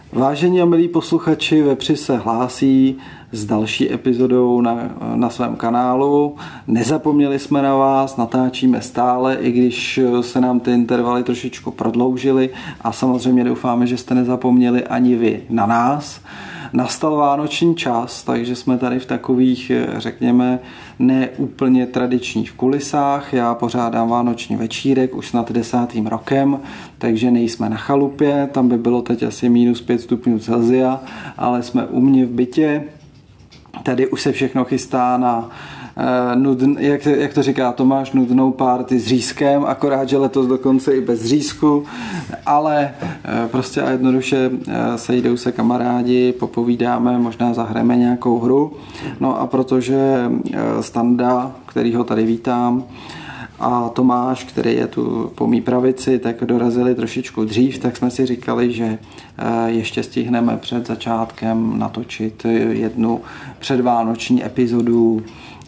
Vážení a milí posluchači, Vepři se hlásí s další epizodou na svém kanálu. Nezapomněli jsme na vás, natáčíme stále, i když se nám ty intervaly trošičku prodloužily a samozřejmě doufáme, že jste nezapomněli ani vy na nás. Nastal vánoční čas, takže jsme tady v takových, řekněme, neúplně tradičních kulisách. Já pořádám vánoční večírek už snad 10. rokem, takže nejsme na chalupě, tam by bylo teď asi -5 stupňů Celsia, ale jsme u mě v bytě. Tady už se všechno chystá na jak to říká Tomáš, nudnou party s řízkem, akorát, že letos dokonce i bez řízku, ale prostě a jednoduše sejdou se kamarádi, popovídáme, možná zahrajeme nějakou hru. No a protože Standa, kterýho tady vítám, a Tomáš, který je tu po mý pravici, tak dorazili trošičku dřív, tak jsme si říkali, že ještě stihneme před začátkem natočit jednu předvánoční epizodu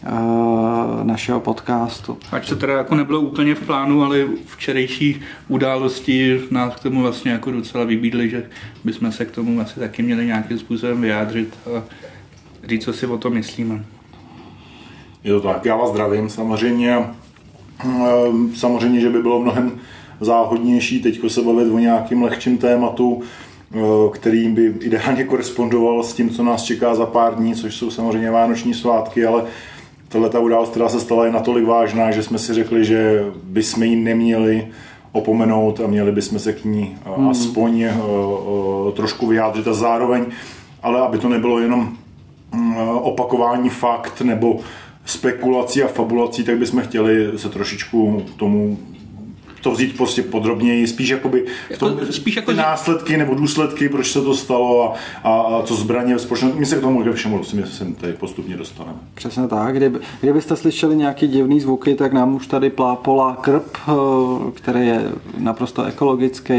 našeho podcastu. Ať to teda jako nebylo úplně v plánu, ale včerejší události nás k tomu vlastně jako docela vybídly, že bychom se k tomu asi taky měli nějakým způsobem vyjádřit a říct, co si o tom myslíme. Je to tak, já vás zdravím samozřejmě. Samozřejmě, že by bylo mnohem záhodnější teďko se bavit o nějakým lehčím tématu, který by ideálně korespondoval s tím, co nás čeká za pár dní, což jsou samozřejmě vánoční svátky, ale tato událost, která se stala, je natolik vážná, že jsme si řekli, že bychom ji neměli opomenout a měli bychom se k ní aspoň trošku vyjádřit a zároveň, ale aby to nebylo jenom opakování fakt nebo spekulací a fabulací, tak bychom chtěli se trošičku tomu to vzít prostě podrobněji, spíš jakoby spíš jako následky nebo důsledky, proč se to stalo a co zbraně společnosti. My se k tomu ke všemu se tady postupně dostaneme. Přesně tak. Kdybyste slyšeli nějaký divný zvuky, tak nám už tady plápola krb, který je naprosto ekologický,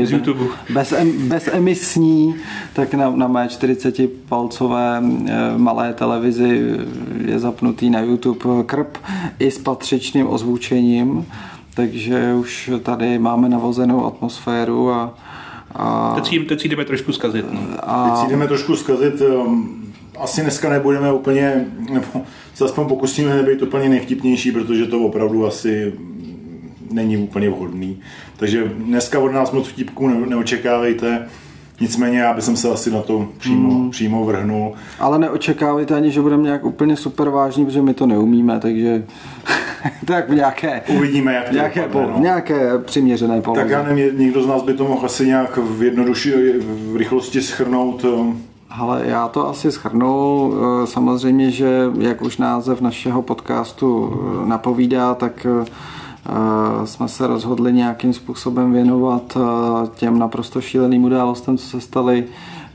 bezemisní, tak na mé 40-palcové malé televizi je zapnutý na YouTube krb i s patřičným ozvučením. Takže už tady máme navozenou atmosféru a teď si jdeme trošku zkazit. No. Teď si jdeme trošku zkazit. Asi dneska nebudeme úplně, nebo se aspoň pokusíme nebejt úplně nejvtipnější, protože to opravdu asi není úplně vhodný. Takže dneska od nás moc vtipků neočekávejte. Nicméně já bych se asi na to přímo vrhnul. Ale neočekávejte ani, že budeme nějak úplně super vážní, protože my to neumíme, takže tak nějaké... Uvidíme, jak to dopadne, nějaké přiměřené polohy. Tak já nevím, někdo z nás by to mohl asi nějak v rychlosti shrnout. Ale já to asi shrnu. Samozřejmě, že jak už název našeho podcastu napovídá, tak jsme se rozhodli nějakým způsobem věnovat těm naprosto šíleným událostem, co se staly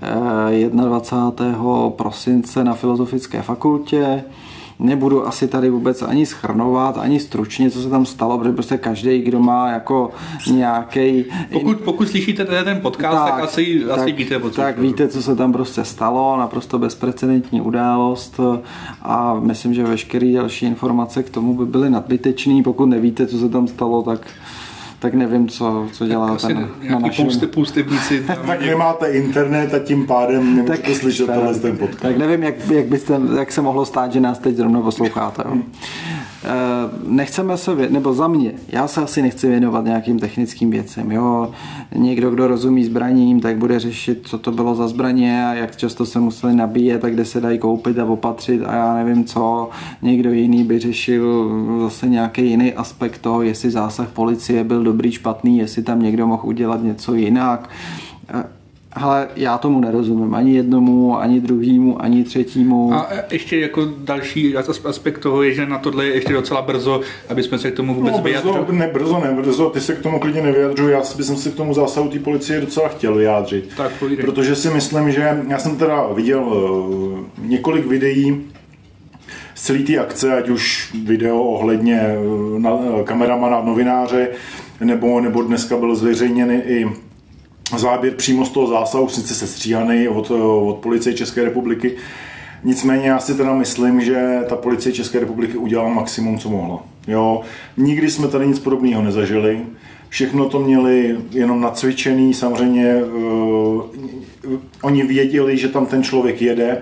21. prosince na Filozofické fakultě. Nebudu asi tady vůbec ani shrnovat, ani stručně, co se tam stalo, protože prostě každý, kdo má jako nějaký... Pokud slyšíte ten podcast, tak asi víte, tak víte, co se tam prostě stalo, naprosto bezprecedentní událost a myslím, že veškeré další informace k tomu by byly nadbytečné. Pokud nevíte, co se tam stalo, tak nevím, co děláte na našem... Půstevníci. Tak nemáte internet a tím pádem nemůžete slyšet ten podcast. Tak nevím, jak se mohlo stát, že nás teď zrovna posloucháte. Nechceme se, nebo za mě, já se asi nechci věnovat nějakým technickým věcem. Jo? Někdo, kdo rozumí zbraním, tak bude řešit, co to bylo za zbraně a jak často se museli nabíjet a kde se dají koupit a opatřit a já nevím co. Někdo jiný by řešil zase nějaký jiný aspekt toho, jestli zásah policie byl dobrý, špatný, jestli tam někdo mohl udělat něco jinak. Ale já tomu nerozumím. Ani jednomu, ani druhému, ani třetímu. A ještě jako další aspekt toho je, že na tohle je ještě docela brzo, aby jsme se k tomu vůbec vyjádřili. Nebrzo, ty se k tomu klidně nevyjadřuji. Já bych se k tomu zásahu té policie docela chtěl vyjádřit. Tak, protože si myslím, že já jsem teda viděl několik videí z celé té akce, ať už video ohledně kameramana, novináře, nebo dneska byl zveřejněný i záběr přímo z toho zásahu, sice sestříhaný od policie České republiky. Nicméně já si teda myslím, že ta policie České republiky udělala maximum, co mohla. Jo, nikdy jsme tady nic podobného nezažili. Všechno to měli jenom nacvičený, samozřejmě oni věděli, že tam ten člověk jede.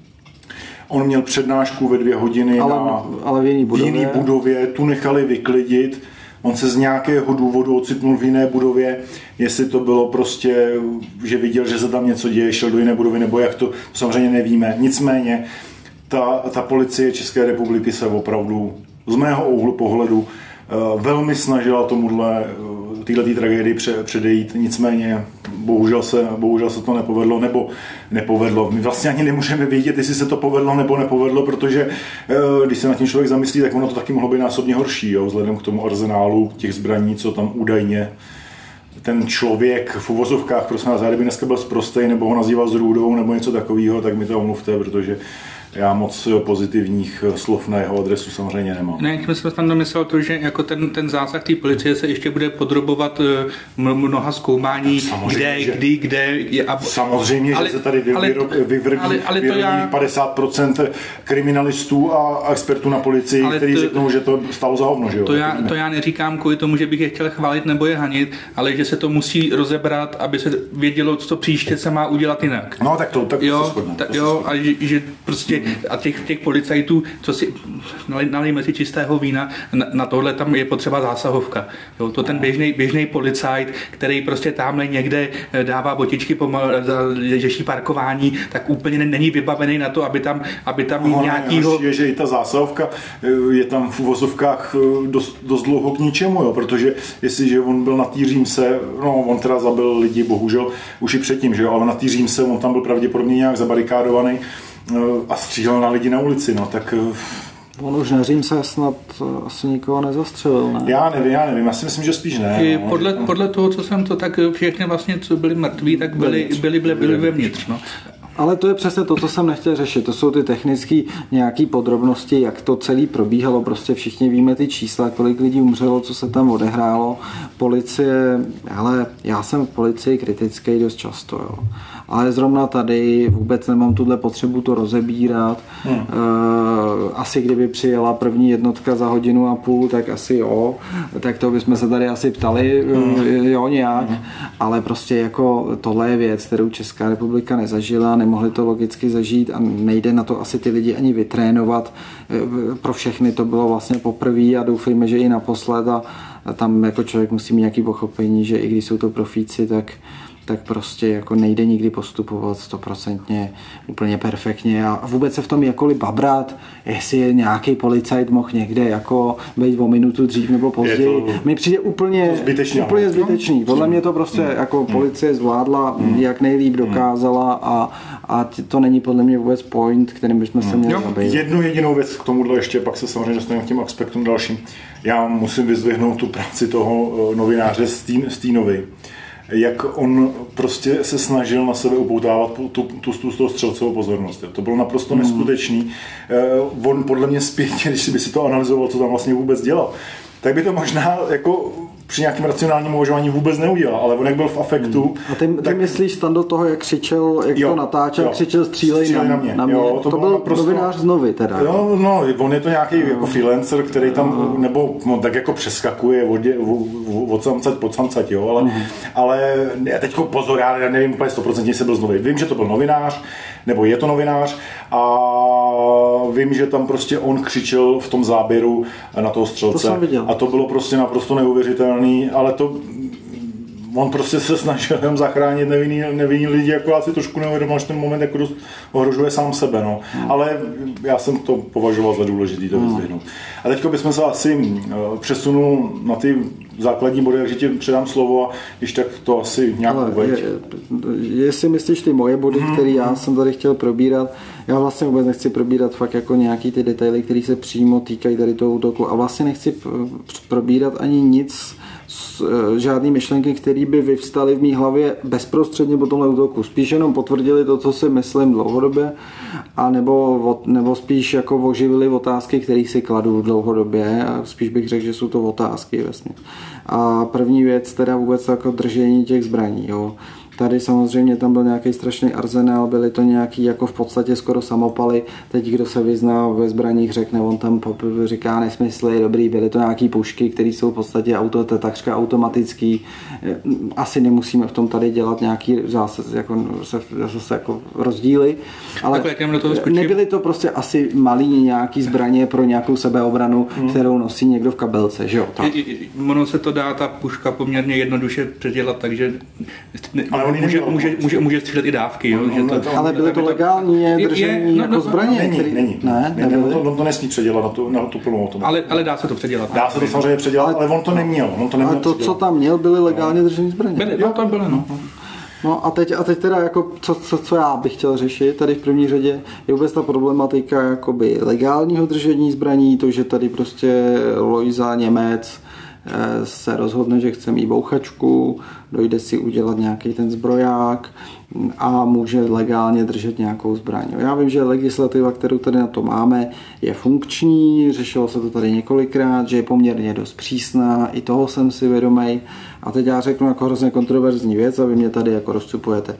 On měl přednášku ve 2 hodiny ale v jiný budově, tu nechali vyklidit. On se z nějakého důvodu ocitnul v jiné budově, jestli to bylo prostě, že viděl, že se tam něco děje, šel do jiné budovy, nebo jak to samozřejmě nevíme. Nicméně ta policie České republiky se opravdu z mého úhlu pohledu velmi snažila této tragédii předejít, nicméně bohužel se to nepovedlo. My vlastně ani nemůžeme vědět, jestli se to povedlo nebo nepovedlo, protože když se nad tím člověk zamyslí, tak ono to taky mohlo být násobně horší, jo, vzhledem k tomu arzenálu těch zbraní, co tam údajně ten člověk v uvozovkách, prosím nás, kdyby dneska byl sprostej nebo ho nazýval zrůdou nebo něco takového, tak mi to omluvte, protože já moc pozitivních slov na jeho adresu samozřejmě nemám. Ne, jak jsem tam domyslel to, že jako ten zásah té policie se ještě bude podrobovat mnoha zkoumání, kde. Samozřejmě, že se tady vyvrbí 50% kriminalistů a expertů na policii, kteří řeknou, že to stalo za hovno. Že jo? To já neříkám kvůli tomu, že bych je chtěl chválit nebo je hanit, ale že se to musí rozebrat, aby se vědělo, co příště se má udělat jinak. No tak to se shodne. A že prostě a těch policajtů, co si nalejme si čistého vína, na tohle tam je potřeba zásahovka. Jo, to ten běžný policajt, který prostě tamhle někde dává botičky, řeší parkování, tak úplně není vybavený na to, aby tam mít nějakýho... Je, že i ta zásahovka je tam v uvozovkách dost dlouho k ničemu, jo, protože jestliže on byl na té Římse, no on teda zabil lidi, bohužel, už i předtím, že jo, ale na té Římse on tam byl pravděpodobně nějak zabarikádovaný a střílel na lidi na ulici, no tak... On už na Římse snad asi nikoho nezastřelil, ne? Já nevím, já si myslím, že spíš ne. Podle toho, co jsem to, tak všechny vlastně, co byli mrtví, tak byli vevnitř, no. Ale to je přesně to, co jsem nechtěl řešit. To jsou ty technické nějaké podrobnosti, jak to celé probíhalo. Prostě všichni víme ty čísla, kolik lidí umřelo, co se tam odehrálo. Policie, ale já jsem v policii kritický dost často, jo. Ale zrovna tady vůbec nemám tuhle potřebu to rozebírat. Asi kdyby přijela první jednotka za 1,5 hodiny, tak asi jo. Tak to bychom se tady asi ptali, jo nějak. Ale prostě jako tohle je věc, kterou Česká republika nezažila, nemohli to logicky zažít a nejde na to asi ty lidi ani vytrénovat. Pro všechny to bylo vlastně poprvé a doufejme, že i naposled a tam jako člověk musí mít nějaké pochopení, že i když jsou to profíci, tak prostě jako nejde nikdy postupovat 100% úplně perfektně a vůbec se v tom jakkoliv babrat, jestli je nějaký policajt mohl někde jako být o minutu dřív nebo později. Mi přijde úplně zbytečný. Podle mě to prostě jako policie zvládla, jak nejlíp dokázala a to není podle mě vůbec point, kterým bychom se měli zabývat. Jednu jedinou věc k tomuhle ještě, pak se samozřejmě dostaneme k těm aspektům dalším. Já musím vyzdvihnout tu práci toho novináře Stínovi. Jak on prostě se snažil na sebe upoutávat tu střelcovou pozornost. To bylo naprosto neskutečný. On podle mě zpětně, když by si to analyzoval, co tam vlastně vůbec dělal, tak by to možná jako při nějakém racionálním uvažování vůbec neudělal, ale on jak byl v afektu... A ty myslíš tam do toho, jak křičel, jak to natáčel, křičel střílej na mě. Jo, to byl naprosto... novinář z Novy teda. Jo, no, on je to nějaký jako freelancer, který tam, nebo tak jako přeskakuje od samcať pod samcať, jo, ale teďko pozor, já nevím úplně 100% jestli byl z Novy. Vím, že to byl novinář, nebo je to novinář a vím, že tam prostě on křičel v tom záběru na toho střelce. A to bylo prostě naprosto neuvěřitelný, ale to on prostě se snažil jenom zachránit nevinný lidi, akorát si trošku neuvědomil, že ten moment jako dost ohrožuje sám sebe, no. Ale já jsem to považoval za důležitý to vyzdvihnout. A teďko bychom se asi přesunul na ty základní body, takže ti předám slovo a když tak to asi nějak uveď. Jestli myslíš ty moje body, které já jsem tady chtěl probírat, já vlastně vůbec nechci probírat fakt jako nějaký ty detaily, které se přímo týkají tady toho útoku a vlastně nechci probírat ani nic, žádný myšlenky, které by vyvstaly v mý hlavě bezprostředně po tomhle útoku. Spíš jenom potvrdili to, co si myslím dlouhodobě, a nebo spíš jako oživili otázky, které si kladu dlouhodobě a spíš bych řekl, že jsou to otázky vlastně. A první věc teda vůbec jako držení těch zbraní. Jo. Tady samozřejmě tam byl nějaký strašný arzenál, byly to nějaký jako v podstatě skoro samopaly. Teď kdo se vyzná ve zbraních řekne, on tam říká nesmysly, dobrý, byly to nějaký pušky, které jsou v podstatě takřka automatický. Asi nemusíme v tom tady dělat nějaký zase jako rozdíly, ale nebyly to prostě asi malý nějaký zbraně pro nějakou sebeobranu, kterou nosí někdo v kabelce, že jo? Ono se to dá ta puška poměrně jednoduše předělat, takže může střílet i dávky. Jo? Ale byly to legální držení jako zbraně? Není. On to nesmí předělat na tu plnou automatu. Ale dá se to předělat. Dá se to samozřejmě předělat, ale on to neměl. A to, co tam měl, byly legálně držené zbraně? To byly, no. No a teď teda jako co já bych chtěl řešit tady v první řadě je vůbec ta problematika jakoby legálního držení zbraní, to, že tady prostě Lojza Němec se rozhodne, že chce mít bouchačku, dojde si udělat nějaký ten zbroják a může legálně držet nějakou zbraň. Já vím, že legislativa, kterou tady na to máme, je funkční, řešilo se to tady několikrát, že je poměrně dost přísná, i toho jsem si vědomý. A teď já řeknu jako hrozně kontroverzní věc a vy mě tady jako rozcupujete.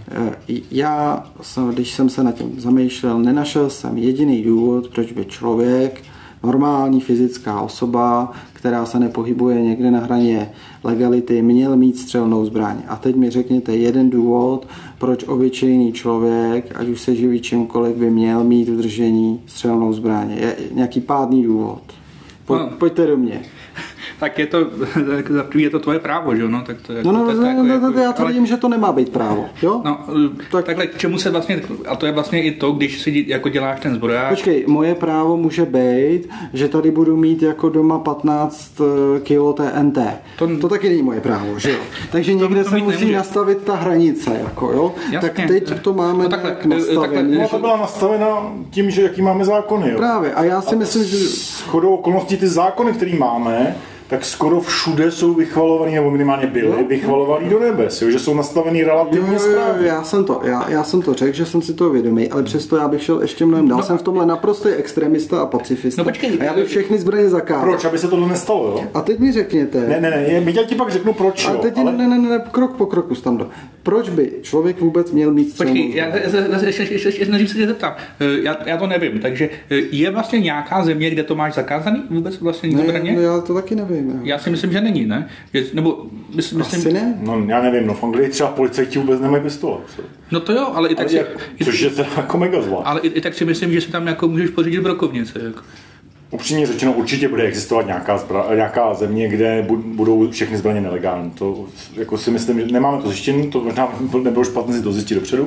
Já, když jsem se nad tím zamýšlel, nenašel jsem jediný důvod, proč by člověk, normální fyzická osoba, která se nepohybuje někde na hraně legality, měl mít střelnou zbraň. A teď mi řekněte jeden důvod, proč obyčejný člověk, ať už se živí čímkoliv, by měl mít v držení střelnou zbraň. Je nějaký pádný důvod. Pojďte do mě. Tak je to tvoje právo, že jo? No, tak to já tvrdím, že to nemá být právo, jo? No, takhle k čemu se vlastně, a to je vlastně i to, když si jako děláš ten zbroják. Počkej, moje právo může být, že tady budu mít jako doma 15 kg TNT. To taky není moje právo, že jo? Takže někde se musí nastavit ta hranice, jako jo? Jasně, tak teď to máme nějak nastavené. No, to byla nastavena tím, že jaký máme zákony, jo? Právě, a já si myslím, že shodou okolností ty zákony, které máme, tak skoro všude jsou vychvalovaný, nebo minimálně byly vychvalovaný do nebes, jo? Že jsou nastavený relativně správně. Já jsem to řekl, že jsem si toho vědomý, ale přesto já bych šel ještě mnohem dál. Jsem v tomhle naprostý extremista a pacifista. No počkej, a já bych všechny zbraně zakázal. Proč? Aby se tohle nestalo, jo? A teď mi řekněte. Ne, já ti pak řeknu proč, jo. Teď ne, krok po kroku Stando. Proč by člověk vůbec měl mít střelnou zbraň? Počkej, ještě než se zeptám. Já to nevím, takže je vlastně nějaká země, kde to máš zakázaný vůbec vlastně zbraně? Ne, já to taky nevím. Já si myslím, že není, ne? Nebo myslím, asi ne? No já nevím, v Anglii třeba policajti vůbec nemají pistole. No to jo, ale i tak což je to jako mega zvlášť. Ale i tak si myslím, že si tam jako můžeš pořídit brokovnice. Jako. Upřímně řečeno, určitě bude existovat nějaká země, kde budou všechny zbraně nelegální. To jako si myslím, že nemáme to zjištěné, to možná nebylo špatné si to zjistit dopředu.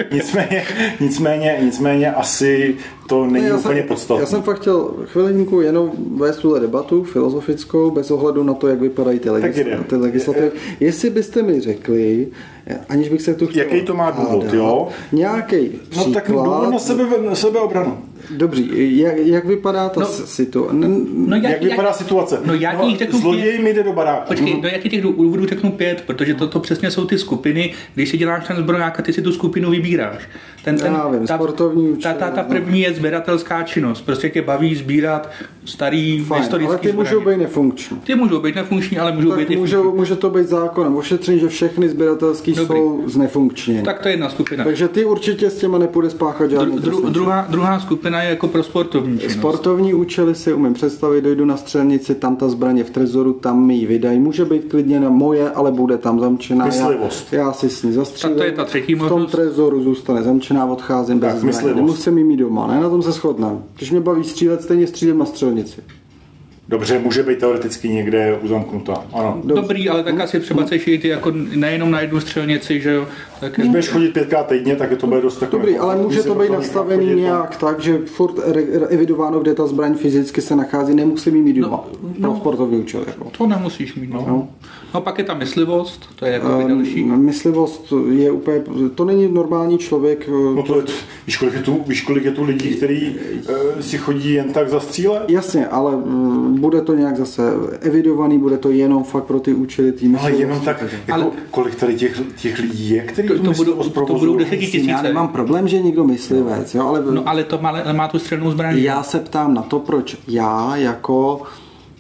Nicméně asi to není úplně podstatné. Já jsem fakt chtěl chvilinku jenom vést tuhle debatu filozofickou, bez ohledu na to, jak vypadají ty legislativy. Jestli byste mi řekli, aniž bych se tu chtěl... Jaký to má důvod, jo? Nějaký příklad... No tak důvod na sebeobranu. Dobří, jak vypadá ta situace? Jak vypadá situace? Zloděj mi jde do baráku. Počkej, jaký těch důvodů řeknu 5, protože to přesně jsou ty skupiny, když si děláš ten zbroják a ty si tu skupinu vybíráš. Sportovní ta první je sběratelská činnost. Prostě tě baví sbírat starý historický ale ty můžou být nefunkční. Ty můžou být nefunkční, ale můžou být může to být zákonem ošetření, že všechny sběratelský jsou znefunkční. Tak to je jedna skupina. Takže ty určitě s těma nepůjde spáchat žádný druhá skupina je jako pro sportovní činnost. Sportovní účely si umím představit, dojdu na střelnici, tam ta zbraně v trezoru, tam mi ji vydají. Může být klidně na moje, ale bude tam zamčená. Já si s ní zastřílím. To je ta třetí možnost. V tom trezoru zůstane zamčená, odcházím bez zbraně. Nemusím jí mít doma, ne? Na tom se shodneme. Když mě baví střílet, stejně střílím na střelnici. Dobře, může být teoreticky někde uzamknutá. Ano. Dobrý, ale tak asi třeba chceš jít jako nejenom na jednu střelnici, že jo? Tak když budeš chodit 5krát týdně, tak je to bude dost takové. Dobrý, ale může to být nastavený nějak tak, že furt evidováno, kde ta zbraň fyzicky se nachází, nemusím jí mít doma. Pro sportovní účel. Jako. To nemusíš mít, No pak je ta myslivost, to je jako další. Myslivost je úplně, to není normální člověk. No to je, víš, kolik je tu lidí, kteří si chodí jen tak zastřílet? Jasně, ale bude to nějak zase evidovaný, bude to jenom fakt pro ty účely tým. Ale jenom tak, jako, kolik tady těch lidí je, kteří to budou 10 000. Já nemám problém, že někdo myslivec, jo, ale... No ale to má tu střelnou zbraň. Já se ptám na to, proč já jako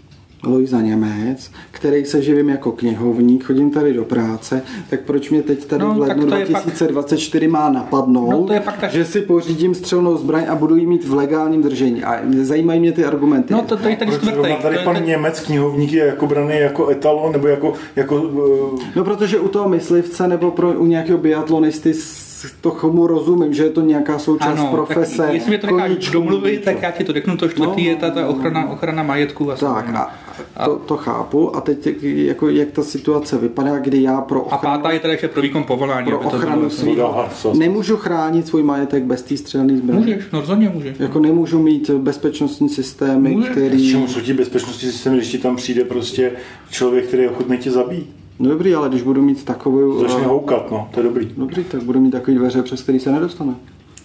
Lojza Němec, který se živím jako knihovník, chodím tady do práce, tak proč mě teď tady v lednu 2024 má napadnout, že si pořídím střelnou zbraň a budu ji mít v legálním držení. A zajímají mě ty argumenty. No to je tady čtvrtý. Tady pan Němec, knihovník, je jako braný jako etalon, nebo jako No protože u toho myslivce nebo u nějakého biatlonisty to komu rozumím, že je to nějaká součást profese. Tak jestli mě to necháš domluvit, tak já ti to řeknu, to čtvrtý je ta ochrana majetku. Tak to chápu a teď jako, jak ta situace vypadá, kdy já pro ochranu... A pátá je teda ještě pro výkon povolání. Pro ochranu svýho. Nemůžu chránit svůj majetek bez té střelné zbraně. Můžeš, no rozhodně můžeš. Jako nemůžu mít bezpečnostní systémy, který... Čemu jsou ti bezpečnostní systémy, když ti tam přijde prostě člověk, který je ochotný tě zabít? No dobrý, ale když budu mít takovou... Začne houkat, no, to je dobrý. Dobrý, tak budu mít takový dveře, přes který se nedostane.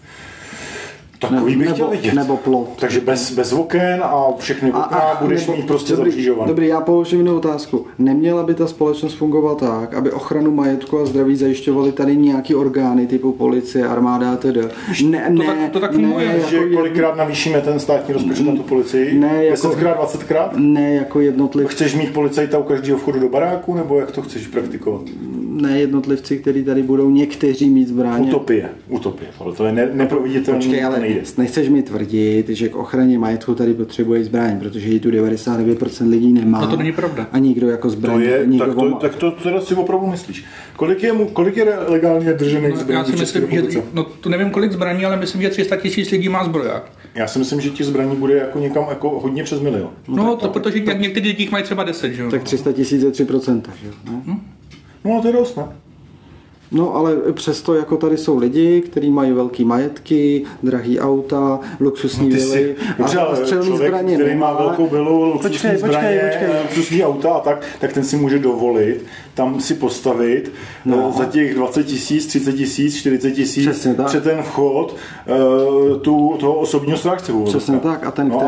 Takový bych chtěl vidět. Nebo plot. Takže bez oken a všechny okna budeš mít prostě zakřížované. Dobrý, já položím jinou otázku. Neměla by ta společnost fungovat tak, aby ochranu majetku a zdraví zajišťovaly tady nějaký orgány typu policie, armáda a tedy? To tak funguje. Že kolikrát navýšíme ten státní rozpočet na tu policii? Ne, jako, 10krát, 20krát? Ne, jako jednotlivci. Chceš mít policajta u každého vchodu do baráku, nebo jak to chceš praktikovat? Ne, jednotlivci, kteří tady budou někteří mít zbraně. Utopie, ale to je neproveditelné. Počkej, ale nechceš mi tvrdit, že k ochraně majetku tady potřebuje zbraň, protože ji tu 99% lidí nemá. No to není pravda. A nikdo jako zbraň. Tak to teda si opravdu myslíš. Kolik je legálně držených zbraní? Já si myslím, že to nevím kolik zbraní, ale myslím, že 300 000 lidí má zbroják. Já si myslím, že ti zbraní bude jako někam jako hodně přes milion. No to protože někteří lidí mají třeba 10, že jo. Tak 300 000 je 3%, že jo. No to je dost, ne? No ale přesto jako tady jsou lidi, kteří mají velký majetky, drahý auta, luxusní vily a střelný zbraně který má velkou vilu, luxusní zbraně, luxusní auta a tak ten si může dovolit tam si postavit za těch 20 000, 30 000, 40 000 před ten vchod toho osobního strážce. Přesně tak. A ten,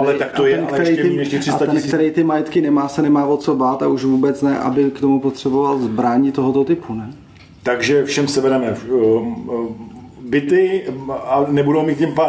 který ty majetky nemá, se nemá o co bát a už vůbec ne, aby k tomu potřeboval zbraní tohoto typu, ne? Takže všem sebereme byty a nebudou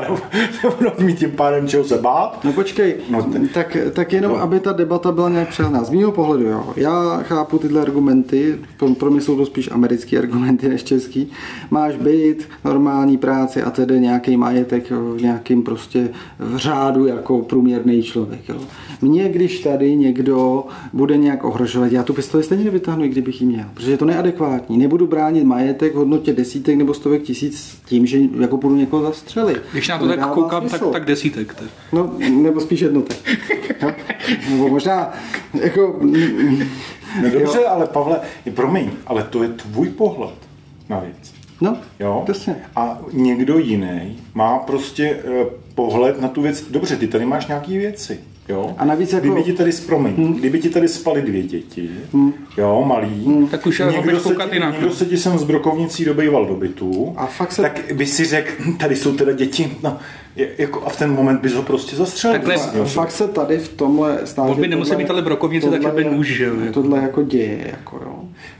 mít tím pádem čeho se bát. No počkej, tak jenom, aby ta debata byla nějak přehnaná. Z mýho pohledu, jo. Já chápu tyhle argumenty, pro mě jsou to spíš americké argumenty než český. Máš byt, normální práci a tedy nějaký majetek v nějakým prostě v řádu jako průměrný člověk. Jo. Mně, když tady někdo bude nějak ohrožovat, já tu pistoli stejně nevytáhnu, i kdybych ji měl, protože je to neadekvátní. Nebudu bránit majetek v hodnotě desítek nebo stovek tisíc tím, že jako půjdu někoho zastřelit. Když na to tak koukám, tak desítek. Tak. No, nebo spíš jednotek. Nebo možná jako... No dobře, ale Pavle, promiň, ale to je tvůj pohled na věc. No, jo? Přesně. A někdo jiný má prostě pohled na tu věc. Dobře, ty tady máš nějaký věci. Jo? A navíc jako... Kdyby ti tady spaly 2 děti, jo, malý, tak už někdo se ti sem z brokovnicí dobejval do bytu, a tak by si řekl, tady jsou teda děti, no, jako, a v ten moment bys ho prostě zastřelil. Fakt se tady v tomhle státě... By nemusel být ale brokovnice, tak by nůž, že jo. Tohle jako děje, jako jo.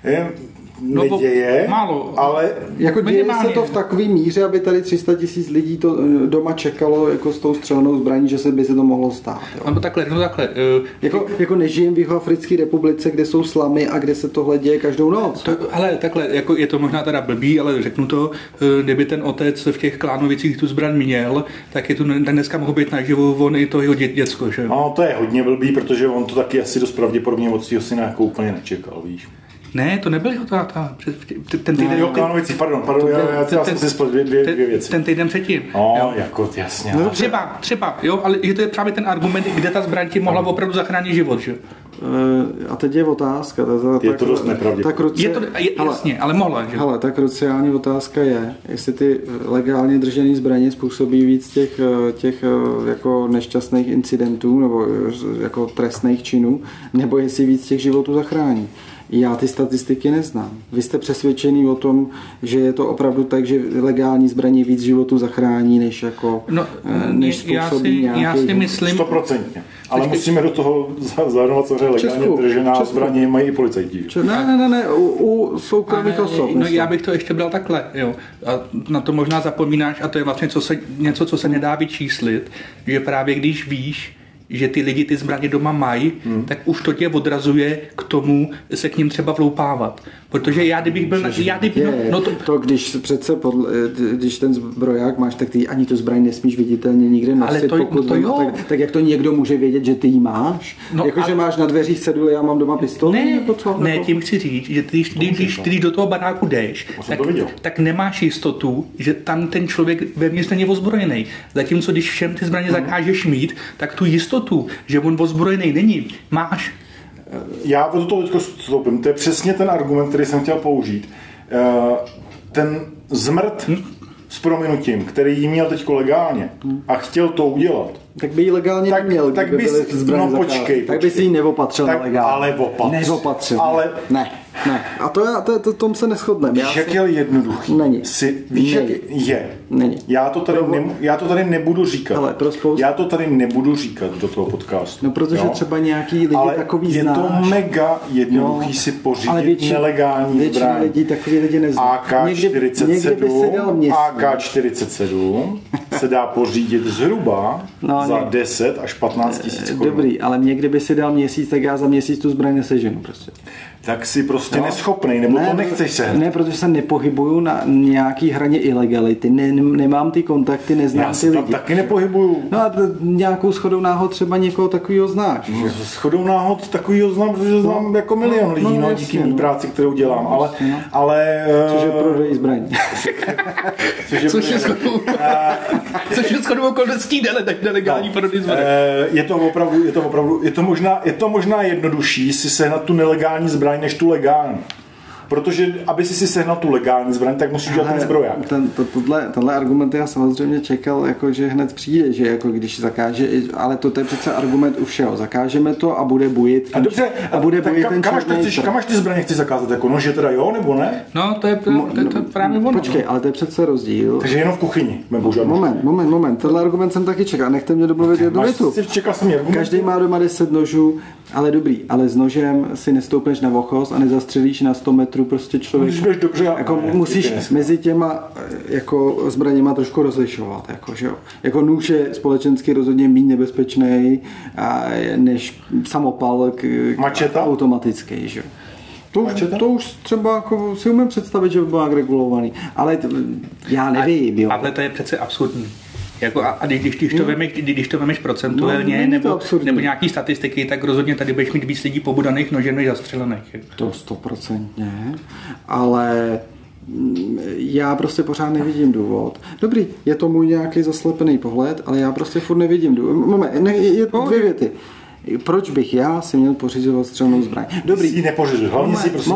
Neděje, málo, ale jako děje se to v takové míře, aby tady 300 000 lidí to doma čekalo jako s tou střelnou zbraní, že by se to mohlo stát. Jo. No takhle. Jako nežijem v Jihoafrické republice, kde jsou slamy a kde se tohle děje každou noc. Ale takhle, jako je to možná teda blbý, ale řeknu to, kdyby ten otec v těch Klánovicích tu zbraň měl, tak je to dneska mohl být naživu on i to jeho děcko, že? No to je hodně blbý, protože on to taky asi dost pravděpodobně od svého syna jako úplně nečekal, víš. Ne, to nebyl jeho táta. Ten týden... Jo, Klánovici, pardon, já jsem si splet dvě věci. Ten týden předtím. No, jako jasně. No, třeba, jo, ale to je právě ten argument, kde ta zbraň ti mohla opravdu zachránit život, že? A teď je otázka. Je to dost nepravděpodobné. Jasně, ale mohla, že? Hele, ta kruciální otázka je, jestli ty legálně držené zbraně způsobí víc těch jako nešťastných incidentů nebo jako trestných činů, nebo jestli víc těch životů zachrání. Já ty statistiky neznám. Vy jste přesvědčený o tom, že je to opravdu tak, že legální zbraně víc životů zachrání, než jako než způsobí nějaký... Já si myslím... 100%. Ale musíme do toho zahrnovat samozřejmě legálně držená zbraně mají i policajti. Ne, u soukromých osob. No já bych to ještě bral takhle, jo. A na to možná zapomínáš, a to je vlastně něco, co se nedá vyčíslit, že právě když víš, že ty lidi ty zbraně doma mají, tak už to tě odrazuje k tomu se k ním třeba vloupávat. Protože já kdybych byl... Když přece když ten zbroják máš, tak ty ani tu zbraň nesmíš viditelně nikde nosit, tak jak to někdo může vědět, že ty ji máš? Jakože máš na dveřích ceduli, já mám doma pistoli? Ne, tím chci říct, že když do toho baráku jdeš, tak nemáš jistotu, že tam ten člověk vevnitř není ozbrojený. Zatímco když všem ty zbraně zakážeš mít, tak tu jistotu, že on ozbrojený není, máš. Já do toho teďko vstoupím. To je přesně ten argument, který jsem chtěl použít. Ten zmrt s prominutím, který jí měl teďko legálně a chtěl to udělat, tak by ji legálně neměl. Tak by počkej. Tak by si ji neopatřil legálně. Ale neopatřil. Ale ne. A to tom se neshodneme. Víš, jak je jednoduchý. Není. Víš, jak je. Není. Já to tady nebudu říkat. Ale já to tady nebudu říkat do toho podcastu. No, protože třeba nějaký lidi ale takový je znáš. to mega jednoduchý si pořídit nelegální zbraň. Lidí takový lidi nezná. AK-47 se dá pořídit zhruba za 10 až 15 tisíc korun. Dobrý, ale mě kdyby si dal měsíc, tak já za měsíc tu zbraň neseženu prostě. Tak si prostě neschopnej, nebo to nechceš se. Ne, protože se nepohybuju na nějaký hraně ilegality, nemám ty kontakty, neznám ty lidi. Já se tam taky nepohybuju. No a nějakou shodou náhod třeba někoho takovýho znáš. No, shodou náhod takovýho znám, protože znám jako milion lidí, díky mý práci, kterou dělám, ale což je prodej zbraní. Což je shodou okolností nelegální prodej zbraní. Je to možná jednodušší si sehnat tu nelegální zbraň než tu legální. Protože, aby si sehnal tu legální zbraň, tak musíš dělat ten zbroják. Tenhle argument já samozřejmě čekal, jako, že hned přijde, že jako když zakáže, ale to je přece argument u všeho. Zakážeme to a bude bojit. A dobře, a bude bojit ten kam až ty zbraně chceš zakázat? Jako nože teda jo, nebo ne? No, to je právě ono. Počkej, ale to je přece rozdíl. Takže jenom v kuchyni. Moment. Tenhle argument jsem taky čekal. Nechte mě domluvit jednu větu. Každý má doma 10 nožů, ale dobrý, ale s nožem si nestoupneš na vochos a nezastřelíš na 100 metrů prostě člověk. Dobře, jako musíš mezi těma jako zbraněma trošku rozlišovat. Jako, že jo? Jako nůž je společensky rozhodně méně nebezpečný než samopal automatický. Že jo? To už třeba jako si umím představit, že by byl regulovaný. Ale já nevím. Jo. Ale to je přece absurdní. Jako a když to vemeš procentuálně nebo nějaký statistiky, tak rozhodně tady budeš mít víc lidí pobudaných nožem než zastřelených. To 100%, ale já prostě pořád nevidím důvod. Dobrý, je to můj nějaký zaslepený pohled, ale já prostě furt nevidím důvod. Moment, je dvě věty. Proč bych já si měl pořizovat střelnou zbraň? Dobrý. Si nepořizuj, hlavně si prostě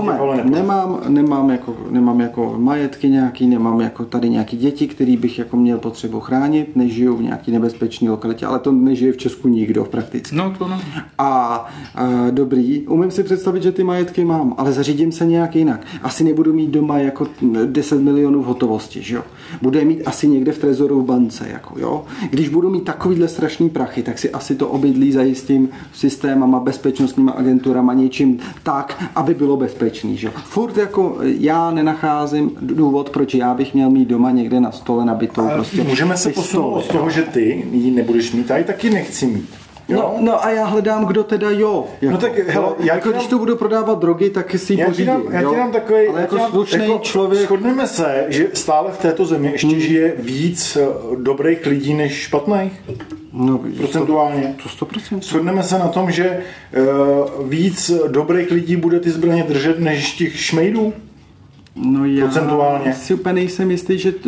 nemám jako majetky nějaký, nemám jako tady nějaký děti, který bych jako měl potřebu chránit, nežiju v nějaký nebezpečné lokalitě, ale to nežije v Česku nikdo prakticky. No, to ne. A dobrý, umím si představit, že ty majetky mám, ale zařídím se nějak jinak. Asi nebudu mít doma jako 10 milionů v hotovosti, že jo? Budu je mít asi někde v trezoru v bance, jako jo? Když budu mít takovýhle strašný prachy, tak si asi to obydlí zajistím systémama, bezpečnostníma agenturama, něčím tak, aby bylo bezpečný. Že? Furt jako já nenacházím důvod, proč já bych měl mít doma někde na stole nabitou prostě. Můžeme se posunout od toho, že ty ji nebudeš mít, a i taky nechci mít. No a já hledám, kdo teda jo. Jako, no tak, hele, když to budu prodávat drogy, tak si ji pořídím. Já ti dám takový, ale jako slušný člověk. Shodneme se, že stále v této zemi ještě žije víc dobrých lidí než špatných? No, procentuálně. To 100%. Shodneme se na tom, že víc dobrých lidí bude ty zbraně držet než těch šmejdů? No já procentuálně. si úplně nejsem jistý, že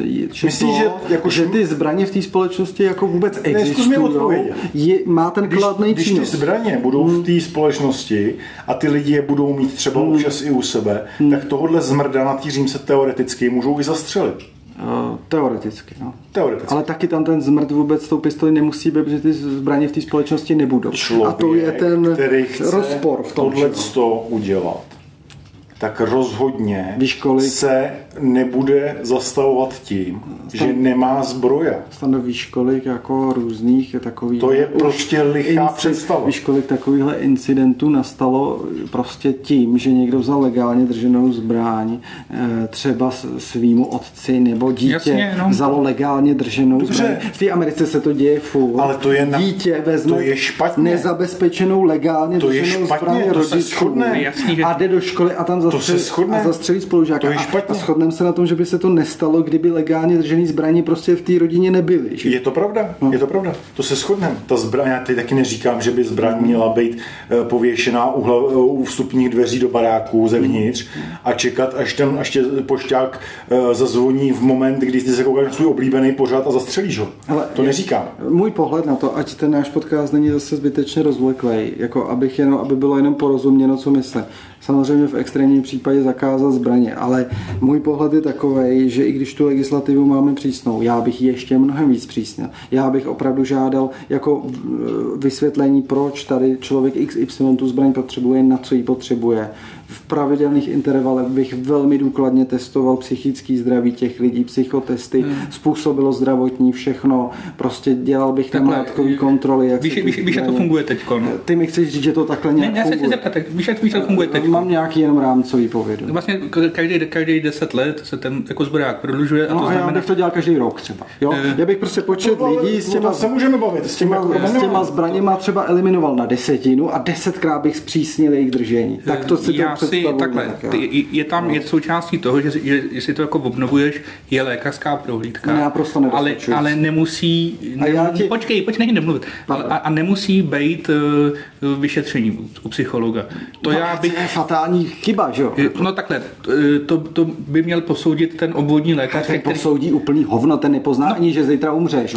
ty zbraně v té společnosti jako vůbec existují. Má ten kladný přínos. Když ty zbraně budou v té společnosti a ty lidi je budou mít třeba občas i u sebe, tak tohodle zmrda na týřím se teoreticky můžou i zastřelit. Teoreticky, no. Teoreticky. Ale taky tam ten zmrt vůbec tou pistoli nemusí být, protože ty zbraně v té společnosti nebudou. Člověk, a to je ten který chce rozpor v tom. Tohleto udělat. tak rozhodně kolik? Se nebude zastavovat tím, že nemá zbroja. Víš, kolik jako různých takových... To je prostě lichá představa. Víš, kolik takovýchhle incidentů nastalo prostě tím, že někdo vzal legálně drženou zbraň, třeba svýmu otci nebo dítě. Jasně, no. Vzalo legálně drženou zbraň. V té Americe se to děje furt. Ale to je dítě vezme nezabezpečenou legálně drženou zbraň rodičů a jde do školy a tam zastřelí spolužáka. A shodneme se na tom, že by se to nestalo, kdyby legálně držený zbraně prostě v té rodině nebyly. Že? Je to pravda, je to pravda. To se shodneme. Ta zbraň, já teď taky neříkám, že by zbraň měla být pověšená u vstupních dveří do baráků zevnitř a čekat, až tě pošťák zazvoní v moment, kdy ty se koukáš na svůj oblíbený pořad a zastřelíš ho. Hele, to neříkám. Můj pohled na to, ať ten náš podcast není zase zbytečně rozvleklej, jako aby bylo jenom porozuměno, co myslím. Samozřejmě v extrémním případě zakázat zbraně, ale můj pohled je takovej, že i když tu legislativu máme přísnou, já bych ještě mnohem víc přísnil. Já bych opravdu žádal jako vysvětlení, proč tady člověk XY tu zbraň potřebuje, na co ji potřebuje. V pravidelných intervalech bych velmi důkladně testoval psychický zdraví těch lidí, psychotesty, způsobilo zdravotní, všechno. Prostě dělal bych namátkový kontroly. Víš, jak to funguje teďko. No? Ty mi chceš říct, že to takhle nějak funguje? Já se chci zeptat, víš, jak to funguje teďko? Mám nějaký jenom rámcový povědomí. Vlastně každý 10 let se ten jako zbroják prodlužuje. A to znamená... já bych to dělal každý rok třeba. Jo? Já bych prostě počet lidí s těma, se můžeme bavit, s těma zbraněma třeba eliminoval na 10 a 10krát bych zpřísnil jejich držení. Tak to si to představuji. Takhle, je součástí toho, že jestli to jako obnovuješ, je lékařská prohlídka. Ale nemusí... Počkej, nechci nemluvit. A nemusí být vyšetření u psychologa. To je fatální chyba, že jo? No takhle, to by měl posoudit ten obvodní lékař. Ten posoudí úplný hovno, ten nepozná ani, že zítra umřeš.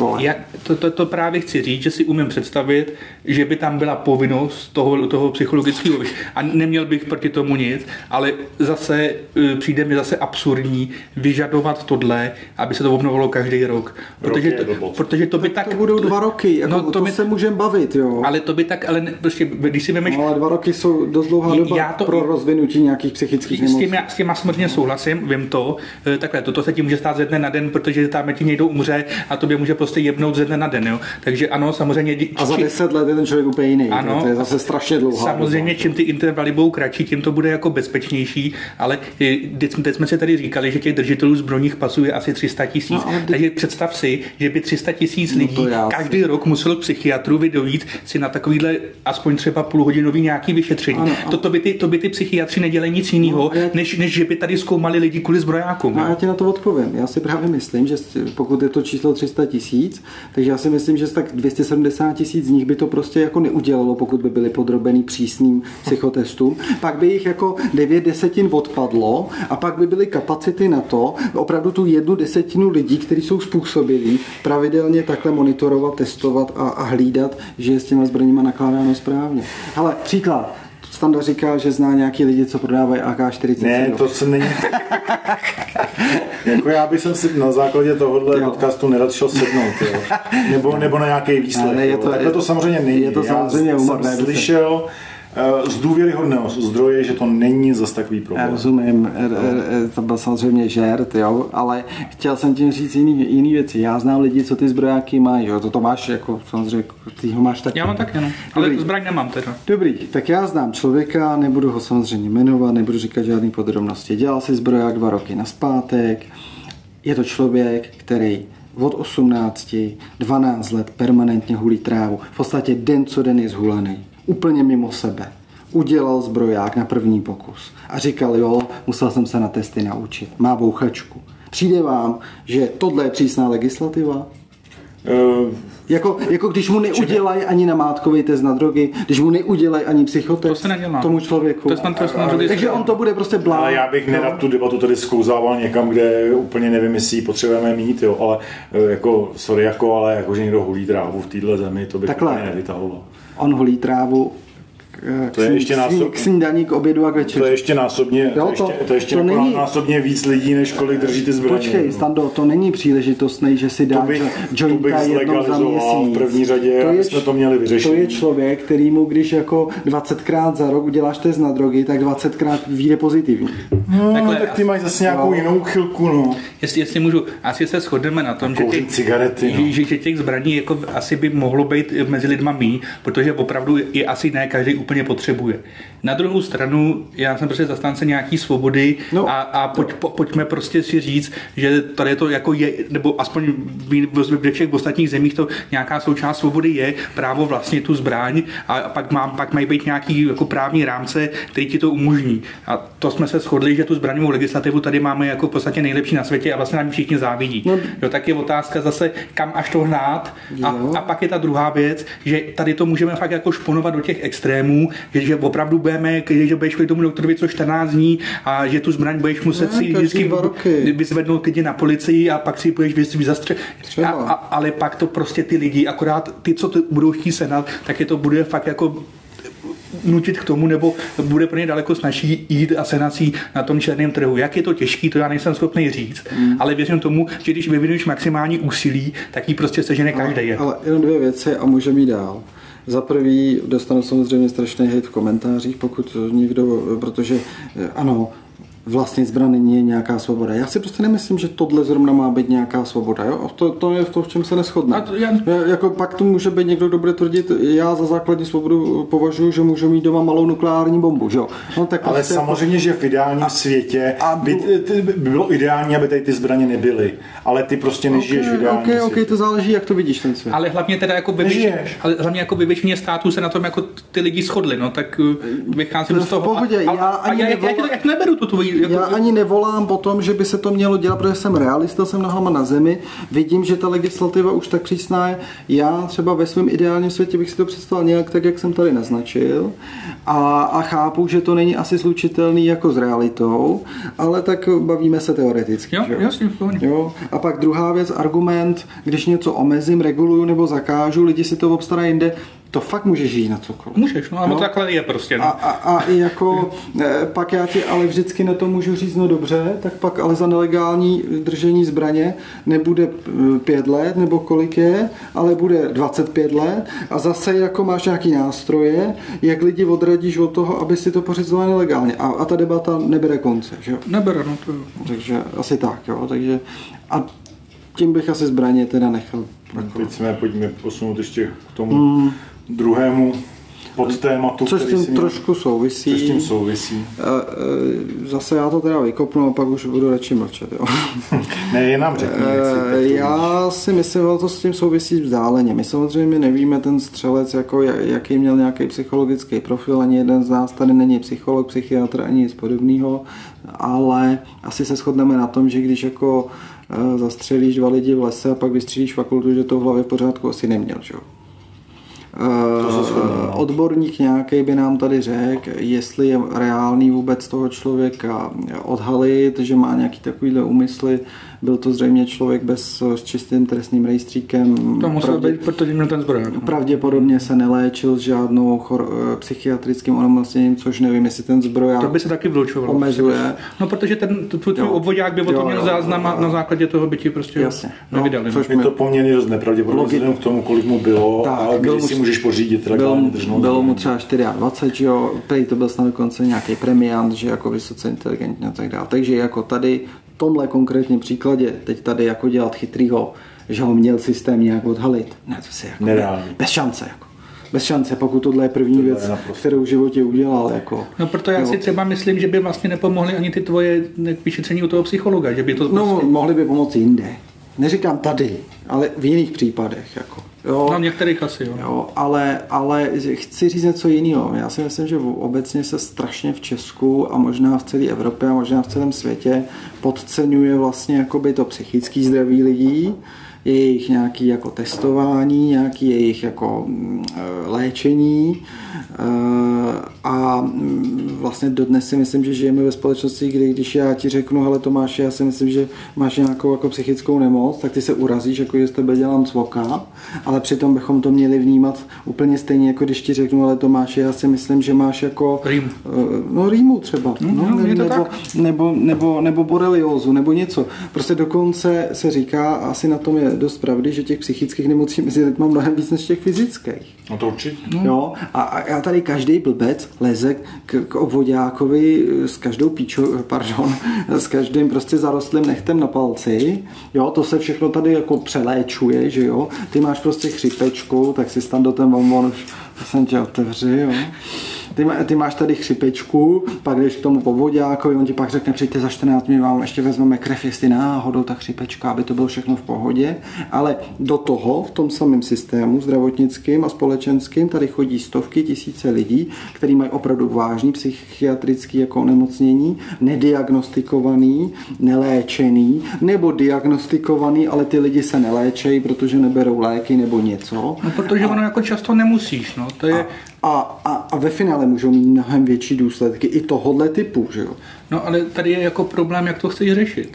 To právě chci říct, že si umím představit, že by tam byla povinnost toho psychologického a neměl bych proti tomu nic, ale zase přijde mi zase absurdní vyžadovat tohle, aby se to obnovilo každý rok. Protože to by tak... To budou 2 roky, jako to se můžeme bavit, jo. Ale to by tak, ale prostě, když si vemeš... No, ale 2 roky jsou dost dlouhá doba pro rozvinutí nějakých psychických nemocí. S tím smrtně souhlasím, vím to. Takhle, toto se ti může stát ze dne na den, protože tam ti někdo umře a tobě může prostě jebnout ze dne na den, jo. Takže ano, samozřejmě... A za 10 let je ten člověk úplně jiný. Ano, to je zase strašně dlouhá. Samozřejmě, čím ty intervaly budou kratší, tím to bude jako bezpečnější, ale teď jsme si tady říkali, že těch držitelů zbrojních pasů je asi 300 000. No, takže představ si, že by 300 000 lidí každý rok musel psychiatru vydojít si na takovýhle aspoň třeba půlhodinový nějaký vyšetření. Ano. To by ty psychiatři nedělají nic jiného, než že by tady zkoumali lidi kvůli zbrojákům. No, já ti na to odpovím. Já si právě myslím, že pokud je to číslo 300 000, takže já si myslím, že tak 270 000 z nich by to prostě jako neudělalo, pokud by byli podrobený přísným psychotestům. Pak by jich jako 9/10 odpadlo a pak by byly kapacity na to, opravdu tu 1/10 lidí, kteří jsou způsobilí, pravidelně takhle monitorovat, testovat a hlídat, že je s těma zbraněma nakládáno správně. Ale příklad. Standa říká, že zná nějaký lidi, co prodávají AK-47. Ne, to se není... jako já bych si na základě tohohle podcastu nerad šel sednout, jo. Nebo na nějaký výsledek. Takhle to samozřejmě není. Je to samozřejmě já jsem slyšel z důvěryhodného zdroje, že to není zas takový problém. Já rozumím, to byl samozřejmě žert, jo, ale chtěl jsem tím říct jiný věci. Já znám lidi, co ty zbrojáky mají, jo, to máš jako, samozřejmě, ty ho máš taky. Já mám taky, no, ale zbraň nemám teda. Dobrý, tak já znám člověka, nebudu ho samozřejmě jmenovat, nebudu říkat žádný podrobnosti. Dělal si zbroják 2 roky nazpátek, je to člověk, který od 18, 12 let permanentně hulí trávu. V podstatě den co den je zhulený. Úplně mimo sebe. Udělal zbroják na první pokus. A říkal, jo, musel jsem se na testy naučit. Má bouchačku. Přijde vám, že tohle je přísná legislativa? Jako když mu neudělají ani namátkový test na drogy, když mu neudělají ani psychotest tomu člověku. Takže on to bude prostě blá. Ale já bych nerad tu debatu tady zkouzával někam, kde úplně nevím, jestli ji potřebujeme mít, jo, ale jako, sorry, jako, ale jako, že někdo hulí trávu v téhle zemi, to bych úplně nevytahoval. On hulí trávu k snídaní, k obědu a k večeři. To je ještě násobně, násobně víc lidí, než kolik drží ty zbraně. Počkej, Stando, to není příležitostný, že si dá jointa jednou za měsíc. V první řadě, aby jsme to měli vyřešit. To je člověk, kterýmu, když jako 20krát za rok uděláš test na drogy, tak 20krát vyjde pozitivní. No, takhle, tak ty máš zase nějakou jinou chvilku, no. Jestli můžu, asi se shodneme na tom, že těch zbraní jako asi by mohlo být mezi lidma míň, protože opravdu je asi ne každý úplně potřebuje. Na druhou stranu, já jsem prostě zastánce nějaký svobody a pojďme prostě si říct, že tady to jako je, nebo aspoň ve všech ostatních zemích to nějaká součást svobody je, právo vlastně tu zbraň a pak mají být nějaký jako právní rámce, který ti to umožní. A to jsme se shodli, že tu zbraňovou legislativu tady máme jako v podstatě nejlepší na světě a vlastně nám všichni závidí. Jo, tak je otázka zase, kam až to hnát. A pak je ta druhá věc, že tady to můžeme fakt jako šponovat do těch extrémů, že opravdu budeme, že budeš k tomu doktorovi co 14 dní a že tu zbraň budeš muset si vždycky vyzvednout lidi na policii a pak si budeš vyzastřet. Ale pak to prostě ty lidi, akorát ty, co to budou chtít senat, tak je to bude fakt jako nutit k tomu, nebo bude pro ně daleko snažší jít a senací na tom černém trhu. Jak je to těžký, to já nejsem schopný říct, ale věřím tomu, že když vyvinuješ maximální úsilí, tak ji prostě sežene každý. Ale jenom 2 věci a můžeme jít dál. Za prvý dostanu samozřejmě strašný hejt v komentářích, pokud někdo, protože ano, vlastně zbraň není nějaká svoboda. Já si prostě nemyslím, že tohle zrovna má být nějaká svoboda. Jo? To je to, v čem se neshodne. Jako pak tu může být někdo, kdo bude tvrdit, já za základní svobodu považuji, že můžu mít doma malou nukleární bombu. Že? No, tak ale samozřejmě, že v ideálním světě by bylo ideální, aby tady ty zbraně nebyly. Ale ty prostě nežiješ v ideálním světě. Okay, to záleží, jak to vidíš ten svět. Ale hlavně teda jako ve většině států se na tom jako ty lidi shodli. No, tak vycházím z toho. Já neberu tu tvoji. Já ani nevolám po tom, že by se to mělo dělat, protože jsem realista, jsem nohama na zemi, vidím, že ta legislativa už tak přísná je. Já třeba ve svém ideálním světě bych si to představil nějak tak, jak jsem tady naznačil a chápu, že to není asi slučitelný jako s realitou, ale tak bavíme se teoreticky. Jo, jasně, jo. A pak druhá věc, argument, když něco omezím, reguluju nebo zakážu, lidi si to obstarají jinde, to fakt můžeš žít na cokoliv. Můžeš, no, ale to takhle je prostě. No. A jako pak já ti ale vždycky na to můžu říct, no dobře, tak pak ale za nelegální držení zbraně nebude 5 let, nebo kolik je, ale bude 25 let a zase jako máš nějaký nástroje, jak lidi odradíš od toho, aby si to pořizovali nelegálně. A ta debata nebere konce, že jo? Nebere, no to jo. Takže asi tak, jo, takže a tím bych asi zbraně teda nechal. Teď pojďme posunout ještě k tomu druhému podtématu, což který s tím trošku souvisí. Což s tím souvisí. Zase já to teda vykopnu a pak už budu radši mlčet. Jo. Ne, je nám řekni. Já si myslím, že to s tím souvisí vzdáleně. My samozřejmě nevíme ten střelec, jako jaký měl nějaký psychologický profil, ani jeden z nás tady není psycholog, psychiatr, ani nic podobného, ale asi se shodneme na tom, že když jako zastřelíš 2 lidi v lese a pak vystřílíš fakultu, že to v hlavě v pořádku asi neměl, že jo. Odborník nějaký by nám tady řekl, jestli je reálný vůbec toho člověka odhalit, že má nějaký takovýhle úmysly. Byl to zřejmě člověk s čistým trestním rejstříkem. To musel být, protože měl ten zbroj. Pravděpodobně se neléčil s žádnou psychiatrickým onemocněním, což nevím, jestli ten zbroják to by se taky vylučovalo. Omezuje. No, protože ten obvodák by o tom měl záznam a na základě toho by ti prostě nevydali. Což je to poměrně dost nepravděpodobně vzhledem k tomu, kolik mu bylo a kdy si můžeš pořídit legálně držnou. Bylo mu třeba 24, že jo, tady to byl snad dokonce nějaký premiant, že jako vysoce inteligentní a tak dále. Takže jako tady v tomhle konkrétním příkladě, teď tady jako dělat chytrýho, že ho měl systém nějak odhalit. Ne, to si jako bez šance jako. Bez šance, pokud tohle je první věc, kterou v životě udělal. Jako, no proto já si třeba myslím, že by vlastně nepomohly ani ty tvoje vyšetření u toho psychologa. Že by to prostě... mohli by pomoci jinde. Neříkám tady, ale v jiných případech. Jako. Jo, no některých asi, jo. Jo, ale chci říct něco jiného. Já si myslím, že obecně se strašně v Česku a možná v celé Evropě a možná v celém světě podceňuje vlastně jakoby to psychické zdraví lidí, jejich nějaké jako testování, nějaké jejich jako léčení a vlastně dodnes si myslím, že žijeme ve společnosti, kdy když já ti řeknu, hele Tomáši, já si myslím, že máš nějakou jako psychickou nemoc, tak ty se urazíš, jako že z tebe dělám cvoka, ale přitom bychom to měli vnímat úplně stejně, jako když ti řeknu, hele Tomáši, já si myslím, že máš jako rýmu třeba, nebo boreliózu, nebo něco. Prostě dokonce se říká, asi na tom je dost pravdy, že těch psychických nemocí mezi lidmi mnohem víc než těch fyzických. No to určitě. Jo, a já tady každý blbec leze k obvoďákovi s každou s každým prostě zarostlým nechtem na palci, jo, to se všechno tady jako přeléčuje, že jo, ty máš prostě chřipečku, tak si tam do ten bonbon už jsem tě otevři, jo. Ty máš tady chřipečku, pak jdeš k tomu povoďákovi, on ti pak řekne, přijďte za 14 minut, vám ještě vezmeme krev, jestli náhodou ta chřipečka, aby to bylo všechno v pohodě, ale do toho v tom samém systému zdravotnickým a společenským tady chodí stovky tisíce lidí, kteří mají opravdu vážný psychiatrický jako onemocnění, nediagnostikovaný, neléčený, nebo diagnostikovaný, ale ty lidi se neléčejí, protože neberou léky nebo něco. No, protože ono jako často nemusíš, no, to je... A ve finále můžou mít mnohem větší důsledky i tohohle typu, že jo? No ale tady je jako problém, jak to chceš řešit.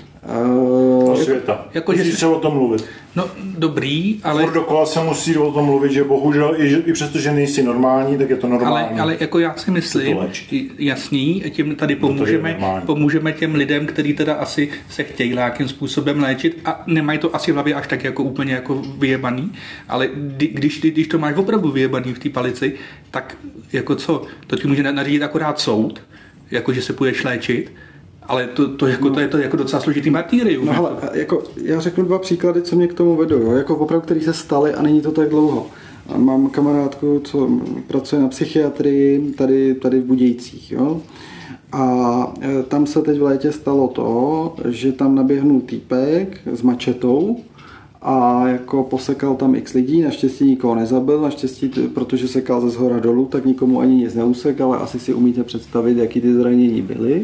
Osvěta. Musíš se o tom mluvit. No dobrý, ale... Furt dokola se musí o tom mluvit, že bohužel, i přesto, že nejsi normální, tak je to normální. Ale jako já si myslím, jasný, tím tady pomůžeme těm lidem, kteří teda asi se chtějí nějakým způsobem léčit a nemají to asi v hlavě až tak jako úplně jako vyjebaný, ale když to máš opravdu vyjebaný v té palici, tak jako co? To ti může nařídit akorát soud, jako že se půjdeš léčit, ale to je jako docela složitý martýrium. No hele, jako já řeknu 2 příklady, co mě k tomu vedou, jo? Jako opravdu, který se staly a není to tak dlouho. Mám kamarádku, co pracuje na psychiatrii tady v Budějcích, jo? A tam se teď v létě stalo to, že tam naběhnul týpek s mačetou a jako posekal tam x lidí, naštěstí nikoho nezabil, naštěstí, protože sekal ze zhora dolů, tak nikomu ani nic neusek, ale asi si umíte představit, jaký ty zranění byly.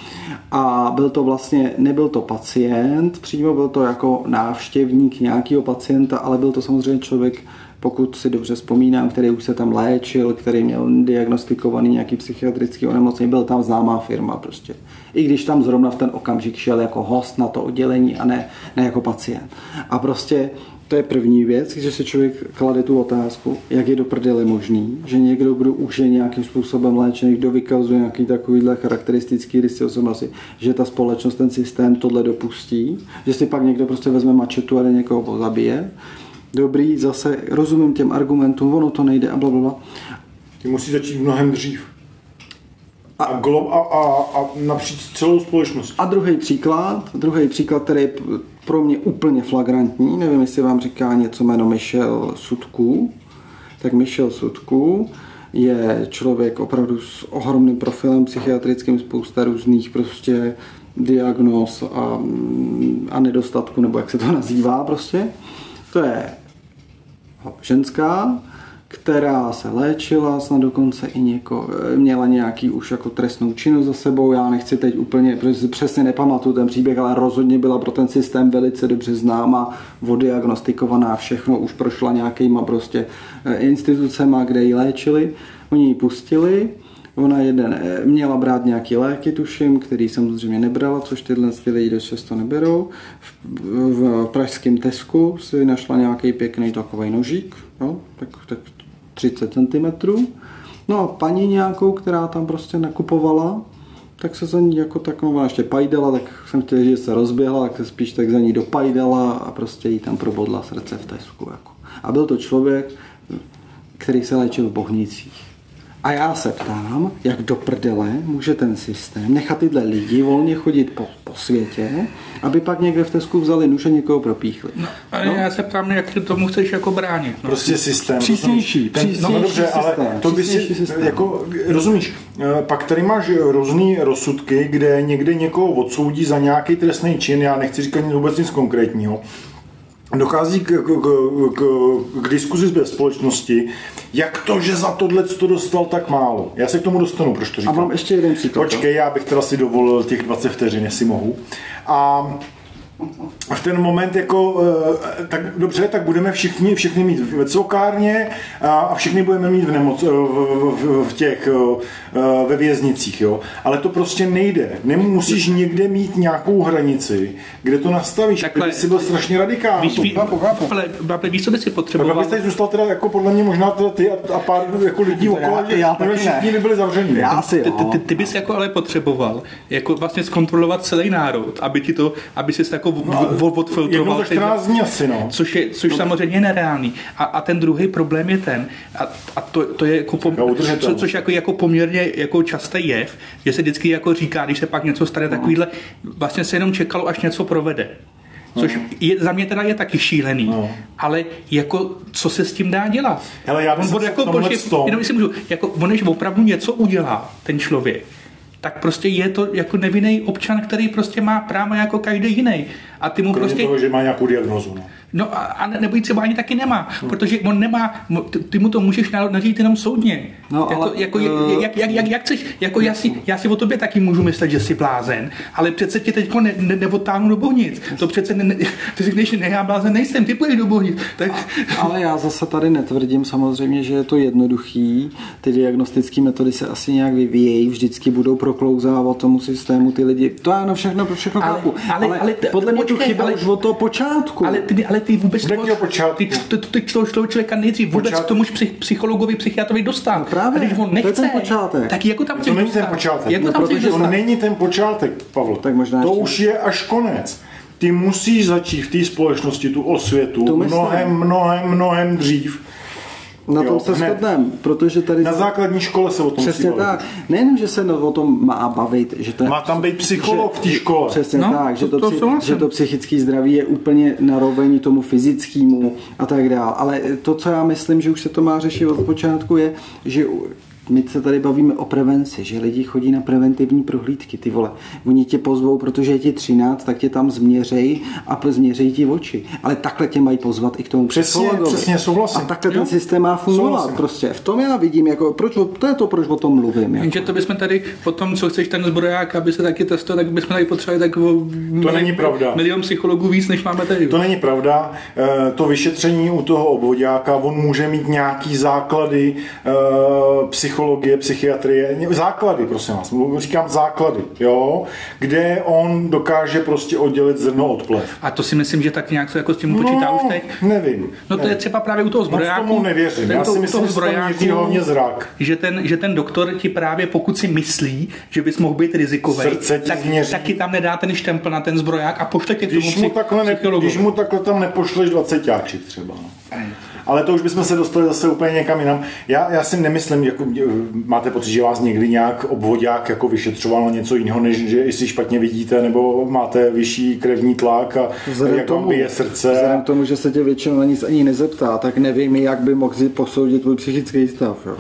A byl to vlastně, nebyl to pacient, přímo byl to jako návštěvník nějakého pacienta, ale byl to samozřejmě člověk, pokud si dobře vzpomínám, který už se tam léčil, který měl diagnostikovaný nějaký psychiatrický onemocnění, byl tam známá firma prostě. I když tam zrovna v ten okamžik šel jako host na to oddělení a ne jako pacient. A prostě to je první věc, že si člověk klade tu otázku, jak je do prdele možný, že někdo, kdo už je nějakým způsobem léčený, kdo vykazuje nějaký takovýhle charakteristický rysy osobnosti, že ta společnost, ten systém tohle dopustí, že si pak někdo prostě vezme mačetu a jde někoho zabije. Dobrý, zase rozumím těm argumentům, ono to nejde a blablabla. Ty musí začít mnohem dřív. A napříč celou společnost. A druhý příklad, který je pro mě úplně flagrantní, nevím, jestli vám říká něco jméno Michel Sudků, tak Michel Sudků je člověk opravdu s ohromným profilem psychiatrickým, spousta různých prostě diagnóz a nedostatku, nebo jak se to nazývá prostě. To je ženská, která se léčila, snad dokonce i měla nějaký už jako trestnou činnost za sebou. Já nechci teď úplně, protože přesně nepamatuju ten příběh, ale rozhodně byla pro ten systém velice dobře známa, odiagnostikovaná, všechno, už prošla nějakýma prostě institucema, kde ji léčili. Oni ji pustili. Ona měla brát nějaký léky, tuším, který samozřejmě nebrala, což tyhle lidi dost často neberou. V pražském Tesku si našla nějaký pěkný takovej nožík, jo, tak 30 cm. No a paní nějakou, která tam prostě nakupovala, tak se za ní jako tak, ona ještě pajdala, tak jsem chtěl, že se rozběhla, tak se spíš tak za ní dopajdala a prostě jí tam probodla srdce v Tesku. Jako. A byl to člověk, který se léčil v Bohnicích. A já se ptám, jak do prdele může ten systém nechat tyhle lidi volně chodit po světě, aby pak někde v Tesku vzali nůž a někoho propíchli. No, ale já se ptám, jak tomu chceš jako bránit. No. Prostě systém. Přísnější dobře, ale to by si, jako, rozumíš, pak tady máš různý rozsudky, kde někde někoho odsoudí za nějaký trestný čin, já nechci říkat vůbec nic konkrétního, dochází k diskuzi ve společnosti, jak to, že za tohle to dostal tak málo. Já se k tomu dostanu, proč to říkám. A mám ještě jeden příklad. Počkej, já bych teda si dovolil těch 20 vteřin, jestli mohu. A v ten moment tak dobře, tak budeme všichni mít ve cvokárně a všichni budeme mít ve věznicích, jo. Ale to prostě nejde. Musíš někde mít nějakou hranici, kde to nastavíš. Takhle, ty jsi byl strašně radikální. Ale víš, co by si potřeboval? Tak bys tady zůstal teda jako podle mě možná teda ty a pár jako lidí okolo, že všichni by byli zavření. Ty bys jako ale potřeboval jako vlastně zkontrolovat celý národ, aby si jako odfiltroval. Jednou za 14 dní asi, no. Což samozřejmě je nereálný. A ten druhý problém je ten, a to je jako což jako poměrně jako častý jev, že se vždycky jako říká, když se pak něco stane takovýhle, vlastně se jenom čekalo, až něco provede. Což za mě teda je taky šílený. Ale jako, co se s tím dá dělat? Hele, já bych on když opravdu něco udělá, ten člověk, tak prostě je to jako nevinný občan, který prostě má práva jako každý jiný. A ty mu kromě prostě toho, že má nějakou diagnózu. No a nebo ji třeba ani taky nemá, protože on nemá, ty mu to můžeš nařídit jenom soudně. No, jak chceš, jako já si o tobě taky můžu myslet, že jsi blázen, ale přece tě teď neodtáhnu do bohnic. To přece, ty řekneš, ne, já blázen nejsem, ty půjdeš do bohnic. Tak... Ale já zase tady netvrdím samozřejmě, že je to jednoduchý, ty diagnostické metody se asi nějak vyvíjejí, vždycky budou proklouzávat tomu systému ty lidi. To já všechno chápu. Ale podle mě to chybělo už od toho počátku. Ale ty vůbec ty člověka nejdřív vůbec k tomu psychologovi, psychiatrovi dostat. No právě, a když on nechce, tak jako tam to není ten počátek. To není ten počátek, Pavle. Tak možná to už je až konec. Ty musíš začít v té společnosti tu osvětu mnohem dřív. Na tom se shodneme, protože tady... Na základní škole se o tom přesně musí bavit. Tak. Nejenom, že se o tom má bavit, že to má tam být psycholog v té škole. Přesně tak, že to psychické zdraví je úplně naroveň tomu fyzickému a tak dále. Ale to, co já myslím, že už se to má řešit od počátku, je, že my se tady bavíme o prevenci, že lidi chodí na preventivní prohlídky, ty vole. Oni tě pozvou, protože je ti 13, tak tě tam změřej a změřej ti oči. Ale takhle tě mají pozvat i k tomu psychologovi. Přesně, souhlasím. A takhle ten systém má fungovat prostě. V tom já vidím, jako, proč o tom mluvím. Jenže to bychom tady potom, co chceš ten zbroják, aby se taky testoval, tak bychom tady potřebovali to není pravda. Milion psychologů víc, než máme tady. To není pravda. To vyšetření u toho obvoďáka, on může mít nějaký základy psychologie, psychiatrie, základy, prosím vás, říkám základy, jo, kde on dokáže prostě oddělit zrno od plev. A to si myslím, že tak nějak se jako s tím počítá už teď? Nevím. No to je třeba právě u toho zbrojáku. Tomu nevěřím, já si myslím, že tam měří hlavně zrak. Že ten doktor ti právě, pokud si myslí, že bys mohl být rizikový, taky tam nedá ten štempel na ten zbroják a pošle tě k tomu psychologovi. Když mu takhle tam nepošleš 20 třeba. Ale to už bychom se dostali zase úplně někam jinam. Já si nemyslím, jako máte pocit, že vás někdy nějak obvoďák jako vyšetřoval na něco jiného, než že jestli špatně vidíte, nebo máte vyšší krevní tlak a jak vám bije srdce. Vzhledem k tomu, že se tě většinou na nic ani nezeptá, tak nevím, jak by mohl posoudit tvůj psychický stav. Jo.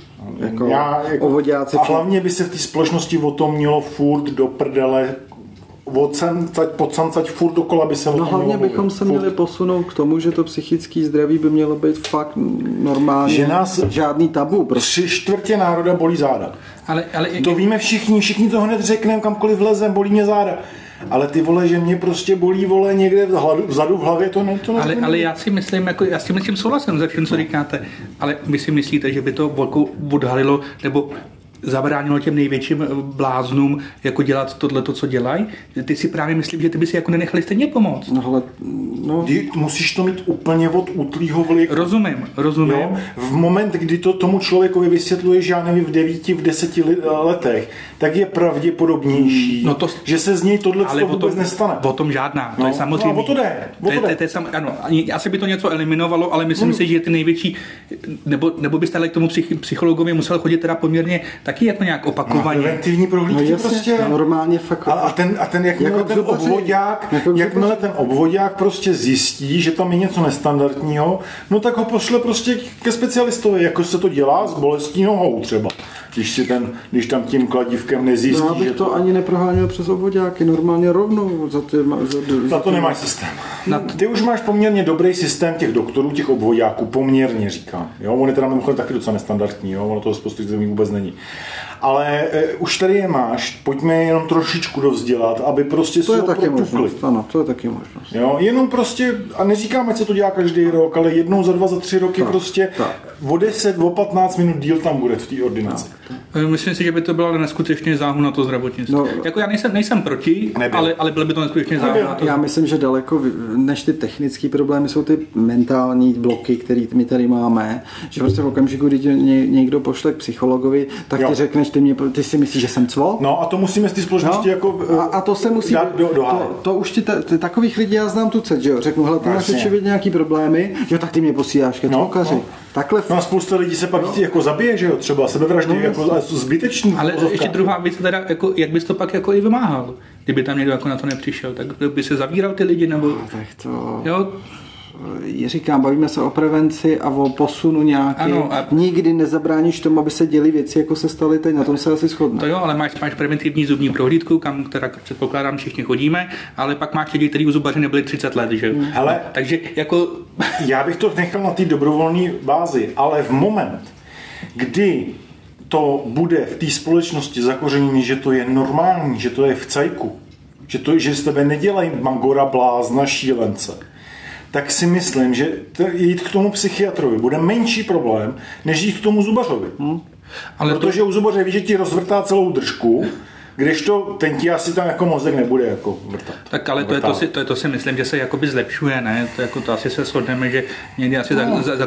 A hlavně by se v té společnosti o tom mělo furt do prdele podsancať furt dokola by se o tom mělo hlavně bychom se měli posunout k tomu, že to psychické zdraví by mělo být fakt normálně, že nás žádný tabu. Prostě. 3/4 národa bolí záda. Ale to víme všichni to hned řekneme, kamkoliv vlezem, bolí mě záda. Ale ty vole, že mě prostě bolí, vole, někde vzadu v hlavě, to ne. Ale já si myslím, já s tím souhlasím ze všem, co říkáte, ale vy si myslíte, že by to odhalilo, nebo zabránilo těm největším bláznům jako dělat tohleto, co dělají. Ty si právě myslím, že ty by si jako nenechali stejně pomoct. Ty musíš to mít úplně od útlýho vliku. Rozumím. Jo? V moment, kdy to tomu člověkovi vysvětluješ, já nevím, v 9, v 10 letech, tak je pravděpodobnější, že se z něj tohle vůbec nestane. O tom žádná. To je samozřejmě. No, o to jde. Ano, asi by to něco eliminovalo, ale myslím si, že ty největší, nebo byste k tomu psychologovi musel chodit teda poměrně taky jako nějak opakovaně. Preventivní prohlídky prostě. Normálně fakt. A ten jakmile ten obvoďák prostě zjistí, že tam je něco nestandardního, no tak ho pošle prostě ke specialistovi, jako se to dělá s bolestí nohou třeba. když tam tím kladívkem nezjistí. Já bych to ani neproháněl přes obvoďáky, normálně rovnou Na to nemáš systém. Ty už máš poměrně dobrý systém těch doktorů, těch obvoďáků, poměrně říkám. Jo? On je teda mimochodem taky docela nestandardní, jo? Ono toho spoustu zemí vůbec není. Ale už tady je máš, pojďme jenom trošičku dovzdělat, aby prostě to je taky možnost, ano, to je taky možnost. Jo? Jenom prostě, a neříkáme, že se to dělá každý rok, ale jednou za 2, za 3 roky prostě o 10, o 15 minut díl tam bude v té ordinaci. Myslím si, že by to bylo neskutečně záhu na to zdravotnictví. No, jako já nejsem proti, ale bylo by to neskutečně záhu na to. Já myslím, že daleko než ty technické problémy jsou ty mentální bloky, které my tady máme, že prostě v okamžiku, kdy tě někdo pošle k psychologovi, tak ty řekneš, ty si myslíš, že jsem cvo? No a to musíme z té společnosti jako a to se musí to už ti takových lidí já znám tu cest, že jo, řeknu, hele, ty máš určitě nějaký problémy, jo, tak ty mě posíláš ke cvokaři. Takhle. No a spousta lidí se pak jako zabije, že jo, třeba sebevraždy jako zbytečný. Ale ještě druhá věc, teda, jako, jak bys to pak jako i vymáhal, kdyby tam někdo jako na to nepřišel, tak by se zavíral ty lidi, nebo... tak to... Jo? Říkám, bavíme se o prevenci a o posunu nějaký. Ano, a... Nikdy nezabráníš tomu, aby se děly věci, jako se staly teď, na tom se asi shodne. To jo, ale máš preventivní zubní prohlídku, kam teda předpokládám všichni chodíme, ale pak máš lidi, kteří u zubaře nebyli 30 let, že? Hele, takže jako... Já bych to nechal na té dobrovolné bázi, ale v moment, kdy to bude v té společnosti zakořeněné, že to je normální, že to je v cajku, že z tebe nedělají magora, blázna, šílence, tak si myslím, že jít k tomu psychiatrovi bude menší problém, než jít k tomu zubařovi. Ale protože u zubaře víš, že ti rozvrtá celou držku, kdežto ten ti asi tam jako mozek nebude jako vrtat. Tak ale to si myslím, že se jakoby zlepšuje, ne? To asi se shodneme, že někdy asi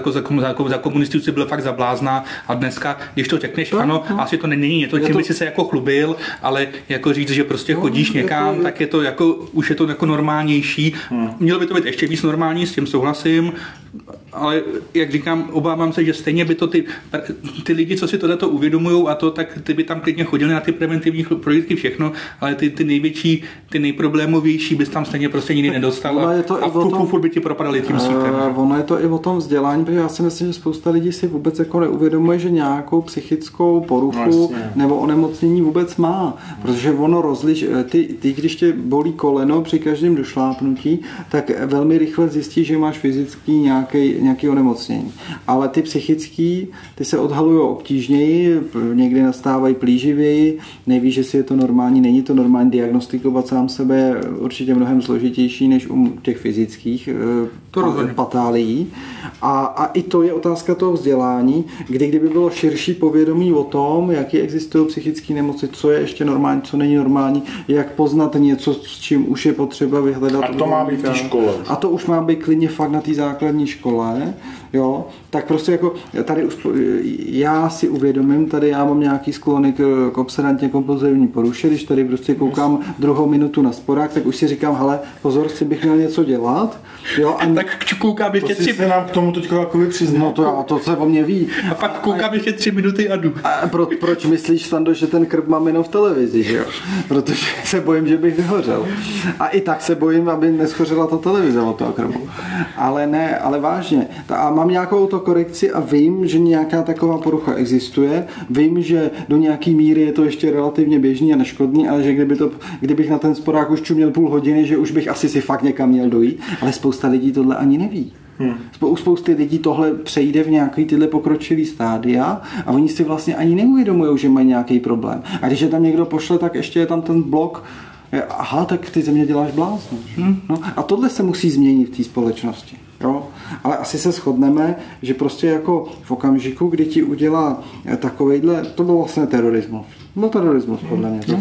za komunistů si byl fakt zablázná a dneska, když to řekneš, ano, asi to není něco, čím by si se jako chlubil, ale jako říct, že prostě chodíš někam, tak je to jako, už je to jako normálnější. Mělo by to být ještě víc normální, s tím souhlasím, ale jak říkám, obávám se, že stejně by to ty lidi, co si tohleto uvědomujou a to, tak ty by tam klidně chodili na ty preventivní prohlídky všechno, ale ty největší, ty nejproblémovější bys tam stejně prostě nikdy nedostal a furt by ti propadaly tím sítem. Ono je to i o tom vzdělání, protože já si myslím, že spousta lidí si vůbec jako neuvědomuje, že nějakou psychickou poruchu nebo onemocnění vůbec má, protože ono ty když tě bolí koleno při každém došlápnutí, tak velmi rychle zjistí, že máš fyzický nějaký onemocnění. Ale ty psychický, ty se odhalují obtížněji, někdy nastávají plíživěji, nevíš, že si je to normální, není to normální, diagnostikovat sám sebe je určitě mnohem složitější než u těch fyzických patálií. A i to je otázka toho vzdělání, kdyby bylo širší povědomí o tom, jaký existují psychické nemoci, co je ještě normální, co není normální, jak poznat něco, s čím už je potřeba vyhledat. A to má být v té škole. A to už má být klidně fakt na té základní škole, jo, tak prostě jako tady já si uvědomím, tady já mám nějaký sklony k obsedantně kompulzivní poruše, když tady prostě koukám druhou minutu na sporák, tak už si říkám, hele, pozor, si bych měl něco dělat, jo, a tak koukám ještě 3 minuty. nám k tomu teďko jakoby přiznal. No to se o mě ví. A pak koukám ještě 3 minuty a jdu. A proč myslíš, Stando, že ten krb mám jenom v televizi, že jo? Protože se bojím, že bych vyhořel. A i tak se bojím, aby neschořela ta televize od toho krbu. Ale ne, ale vážně. A mám nějakou autokorekci a vím, že nějaká taková porucha existuje. Vím, že do nějaký míry je to ještě relativně běžný a neškodný, ale že kdybych na ten sporák už čuměl půl hodiny, že už bych asi si fakt někam měl dojít. Ale spousta lidí tohle ani neví. U spousty lidí tohle přejde v nějaký tyhle pokročilý stádia a oni si vlastně ani neuvědomují, že mají nějaký problém. A když je tam někdo pošle, tak ještě je tam ten blok, aha, tak ty ze mě děláš bláznu. No, a tohle se musí změnit v té společnosti. Jo? Ale asi se shodneme, že prostě jako v okamžiku, kdy ti udělá takovejhle, to byl vlastně terorismus. No terorismus podle mě.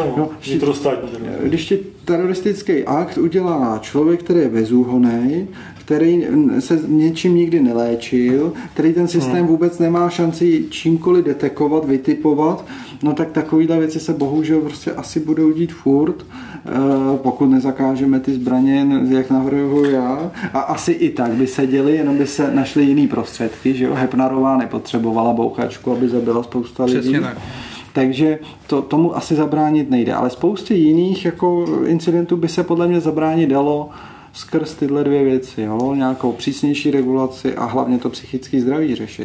Když ti teroristický akt udělá člověk, který je bezúhonný, který se něčím nikdy neléčil, který ten systém vůbec nemá šanci čímkoliv detekovat, vytipovat, no tak takovýhle věci se bohužel prostě asi budou dít furt, pokud nezakážeme ty zbraně, jak navrhuji já. A asi i tak by se děli, jenom by se našly jiný prostředky, že jo? Hepnarová nepotřebovala bouchačku, aby zabila spousta lidí. Přesně tak. Takže tomu asi zabránit nejde. Ale spoustě jiných jako incidentů by se podle mě zabránit dalo skrz tyhle dvě věci. Jo? Nějakou přísnější regulaci a hlavně to psychické zdraví řešit.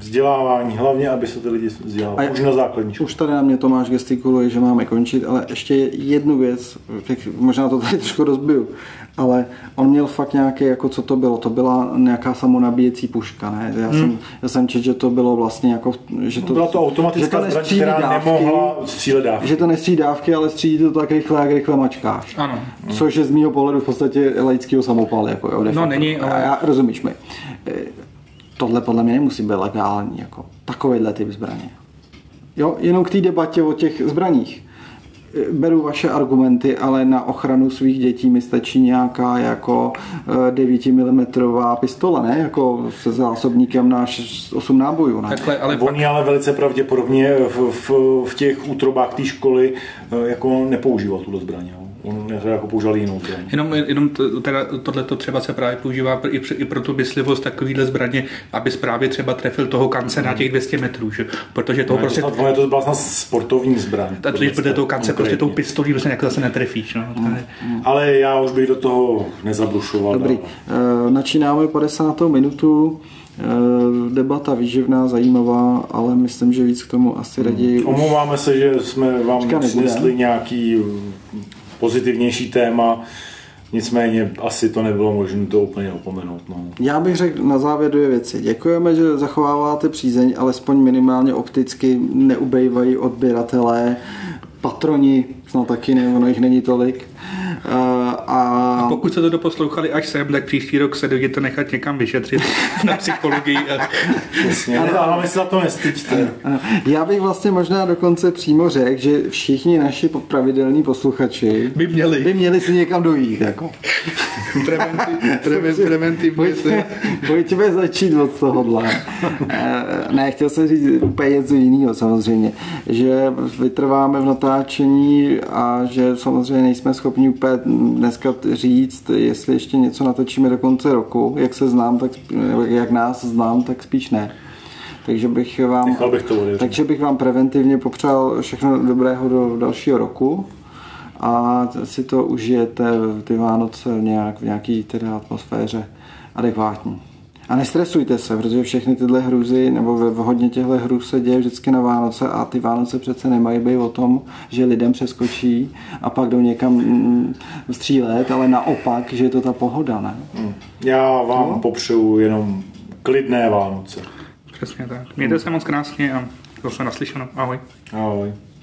Vzdělávání, hlavně, aby se ty lidi vzdělávali. Už na základní škole. Už tady na mě Tomáš gestikuluje, že máme končit, ale ještě jednu věc, možná to tady trošku rozbiju, ale on měl fakt nějaké, jako co to bylo? To byla nějaká samonabíjecí puška, ne? Já jsem četl, že to bylo vlastně jako... Že to, byla to automatická zbraň, která nemohla střílet dávky. Že to nestřílí dávky, ale střílí to tak rychle, jak rychle mačkáš. Ano. Což je z mýho pohledu v podstatě laického samopalu. Jako, jo, no není, ale... Já, rozumíš mi. Tohle podle mě nemusí být legální, jako takovýhle typ zbraně. Jo, jenom k té debatě o těch zbraních. Beru vaše argumenty, ale na ochranu svých dětí mi stačí nějaká jako 9 mm pistole, ne? Jako se zásobníkem na 8 nábojů, ne? Takhle, ale oni ale velice pravděpodobně v těch útrobách té školy jako nepoužíval tuto zbraň. On jako používal jinou zbraň. Jenom tohleto třeba se právě používá i pro tu myslivost takovýhle zbraně, aby právě třeba trefil toho kance na těch 200 metrů, že? Protože toho prostě... To byla snad sportovní zbraň. Protože toho kance prostě tou pistolí prostě nějak zase netrefíš, no. Ale já už bych do toho nezabrušoval. Dobrý, načínáme 50. minutu. Debata výživná, zajímavá, ale myslím, že víc k tomu asi raději... Omlouváme se, že jsme vám přinesli nějaký pozitivnější téma, nicméně asi to nebylo možné to úplně opomenout. No. Já bych řekl na závěr 2 věci. Děkujeme, že zachováváte přízeň, alespoň minimálně opticky neubejvají odběratelé, patroni, snad taky ne, ono jich není tolik. A pokud se to doposlouchali až sem, tak příští rok se dojděte nechat někam vyšetřit na psychologii. Přesně, ale se za to nestyďte. Já bych vlastně možná dokonce přímo řekl, že všichni naši pravidelní posluchači by měli si někam dojít. Jako. Preventivně. Pojďme začít od tohohle. Ne, chtěl jsem říct úplně něco jiného samozřejmě. Že vytrváme v natáčení a že samozřejmě nejsme schopni úplně dneska říct, jestli ještě něco natočíme do konce roku. Jak se znám, tak jak nás znám, tak spíš ne. Takže bych vám preventivně popřál všechno dobrého do dalšího roku a si to užijete ty Vánoce v nějaký teda atmosféře adekvátní. A nestresujte se, protože všechny tyhle hrůzy, nebo v hodně těchto hrůz se děje vždycky na Vánoce a ty Vánoce přece nemají být o tom, že lidem přeskočí a pak jdou někam střílet, ale naopak, že je to ta pohoda, ne? Já vám popřeju jenom klidné Vánoce. Přesně tak. Mějte se moc krásně a zase naslyšenou. Ahoj. Ahoj.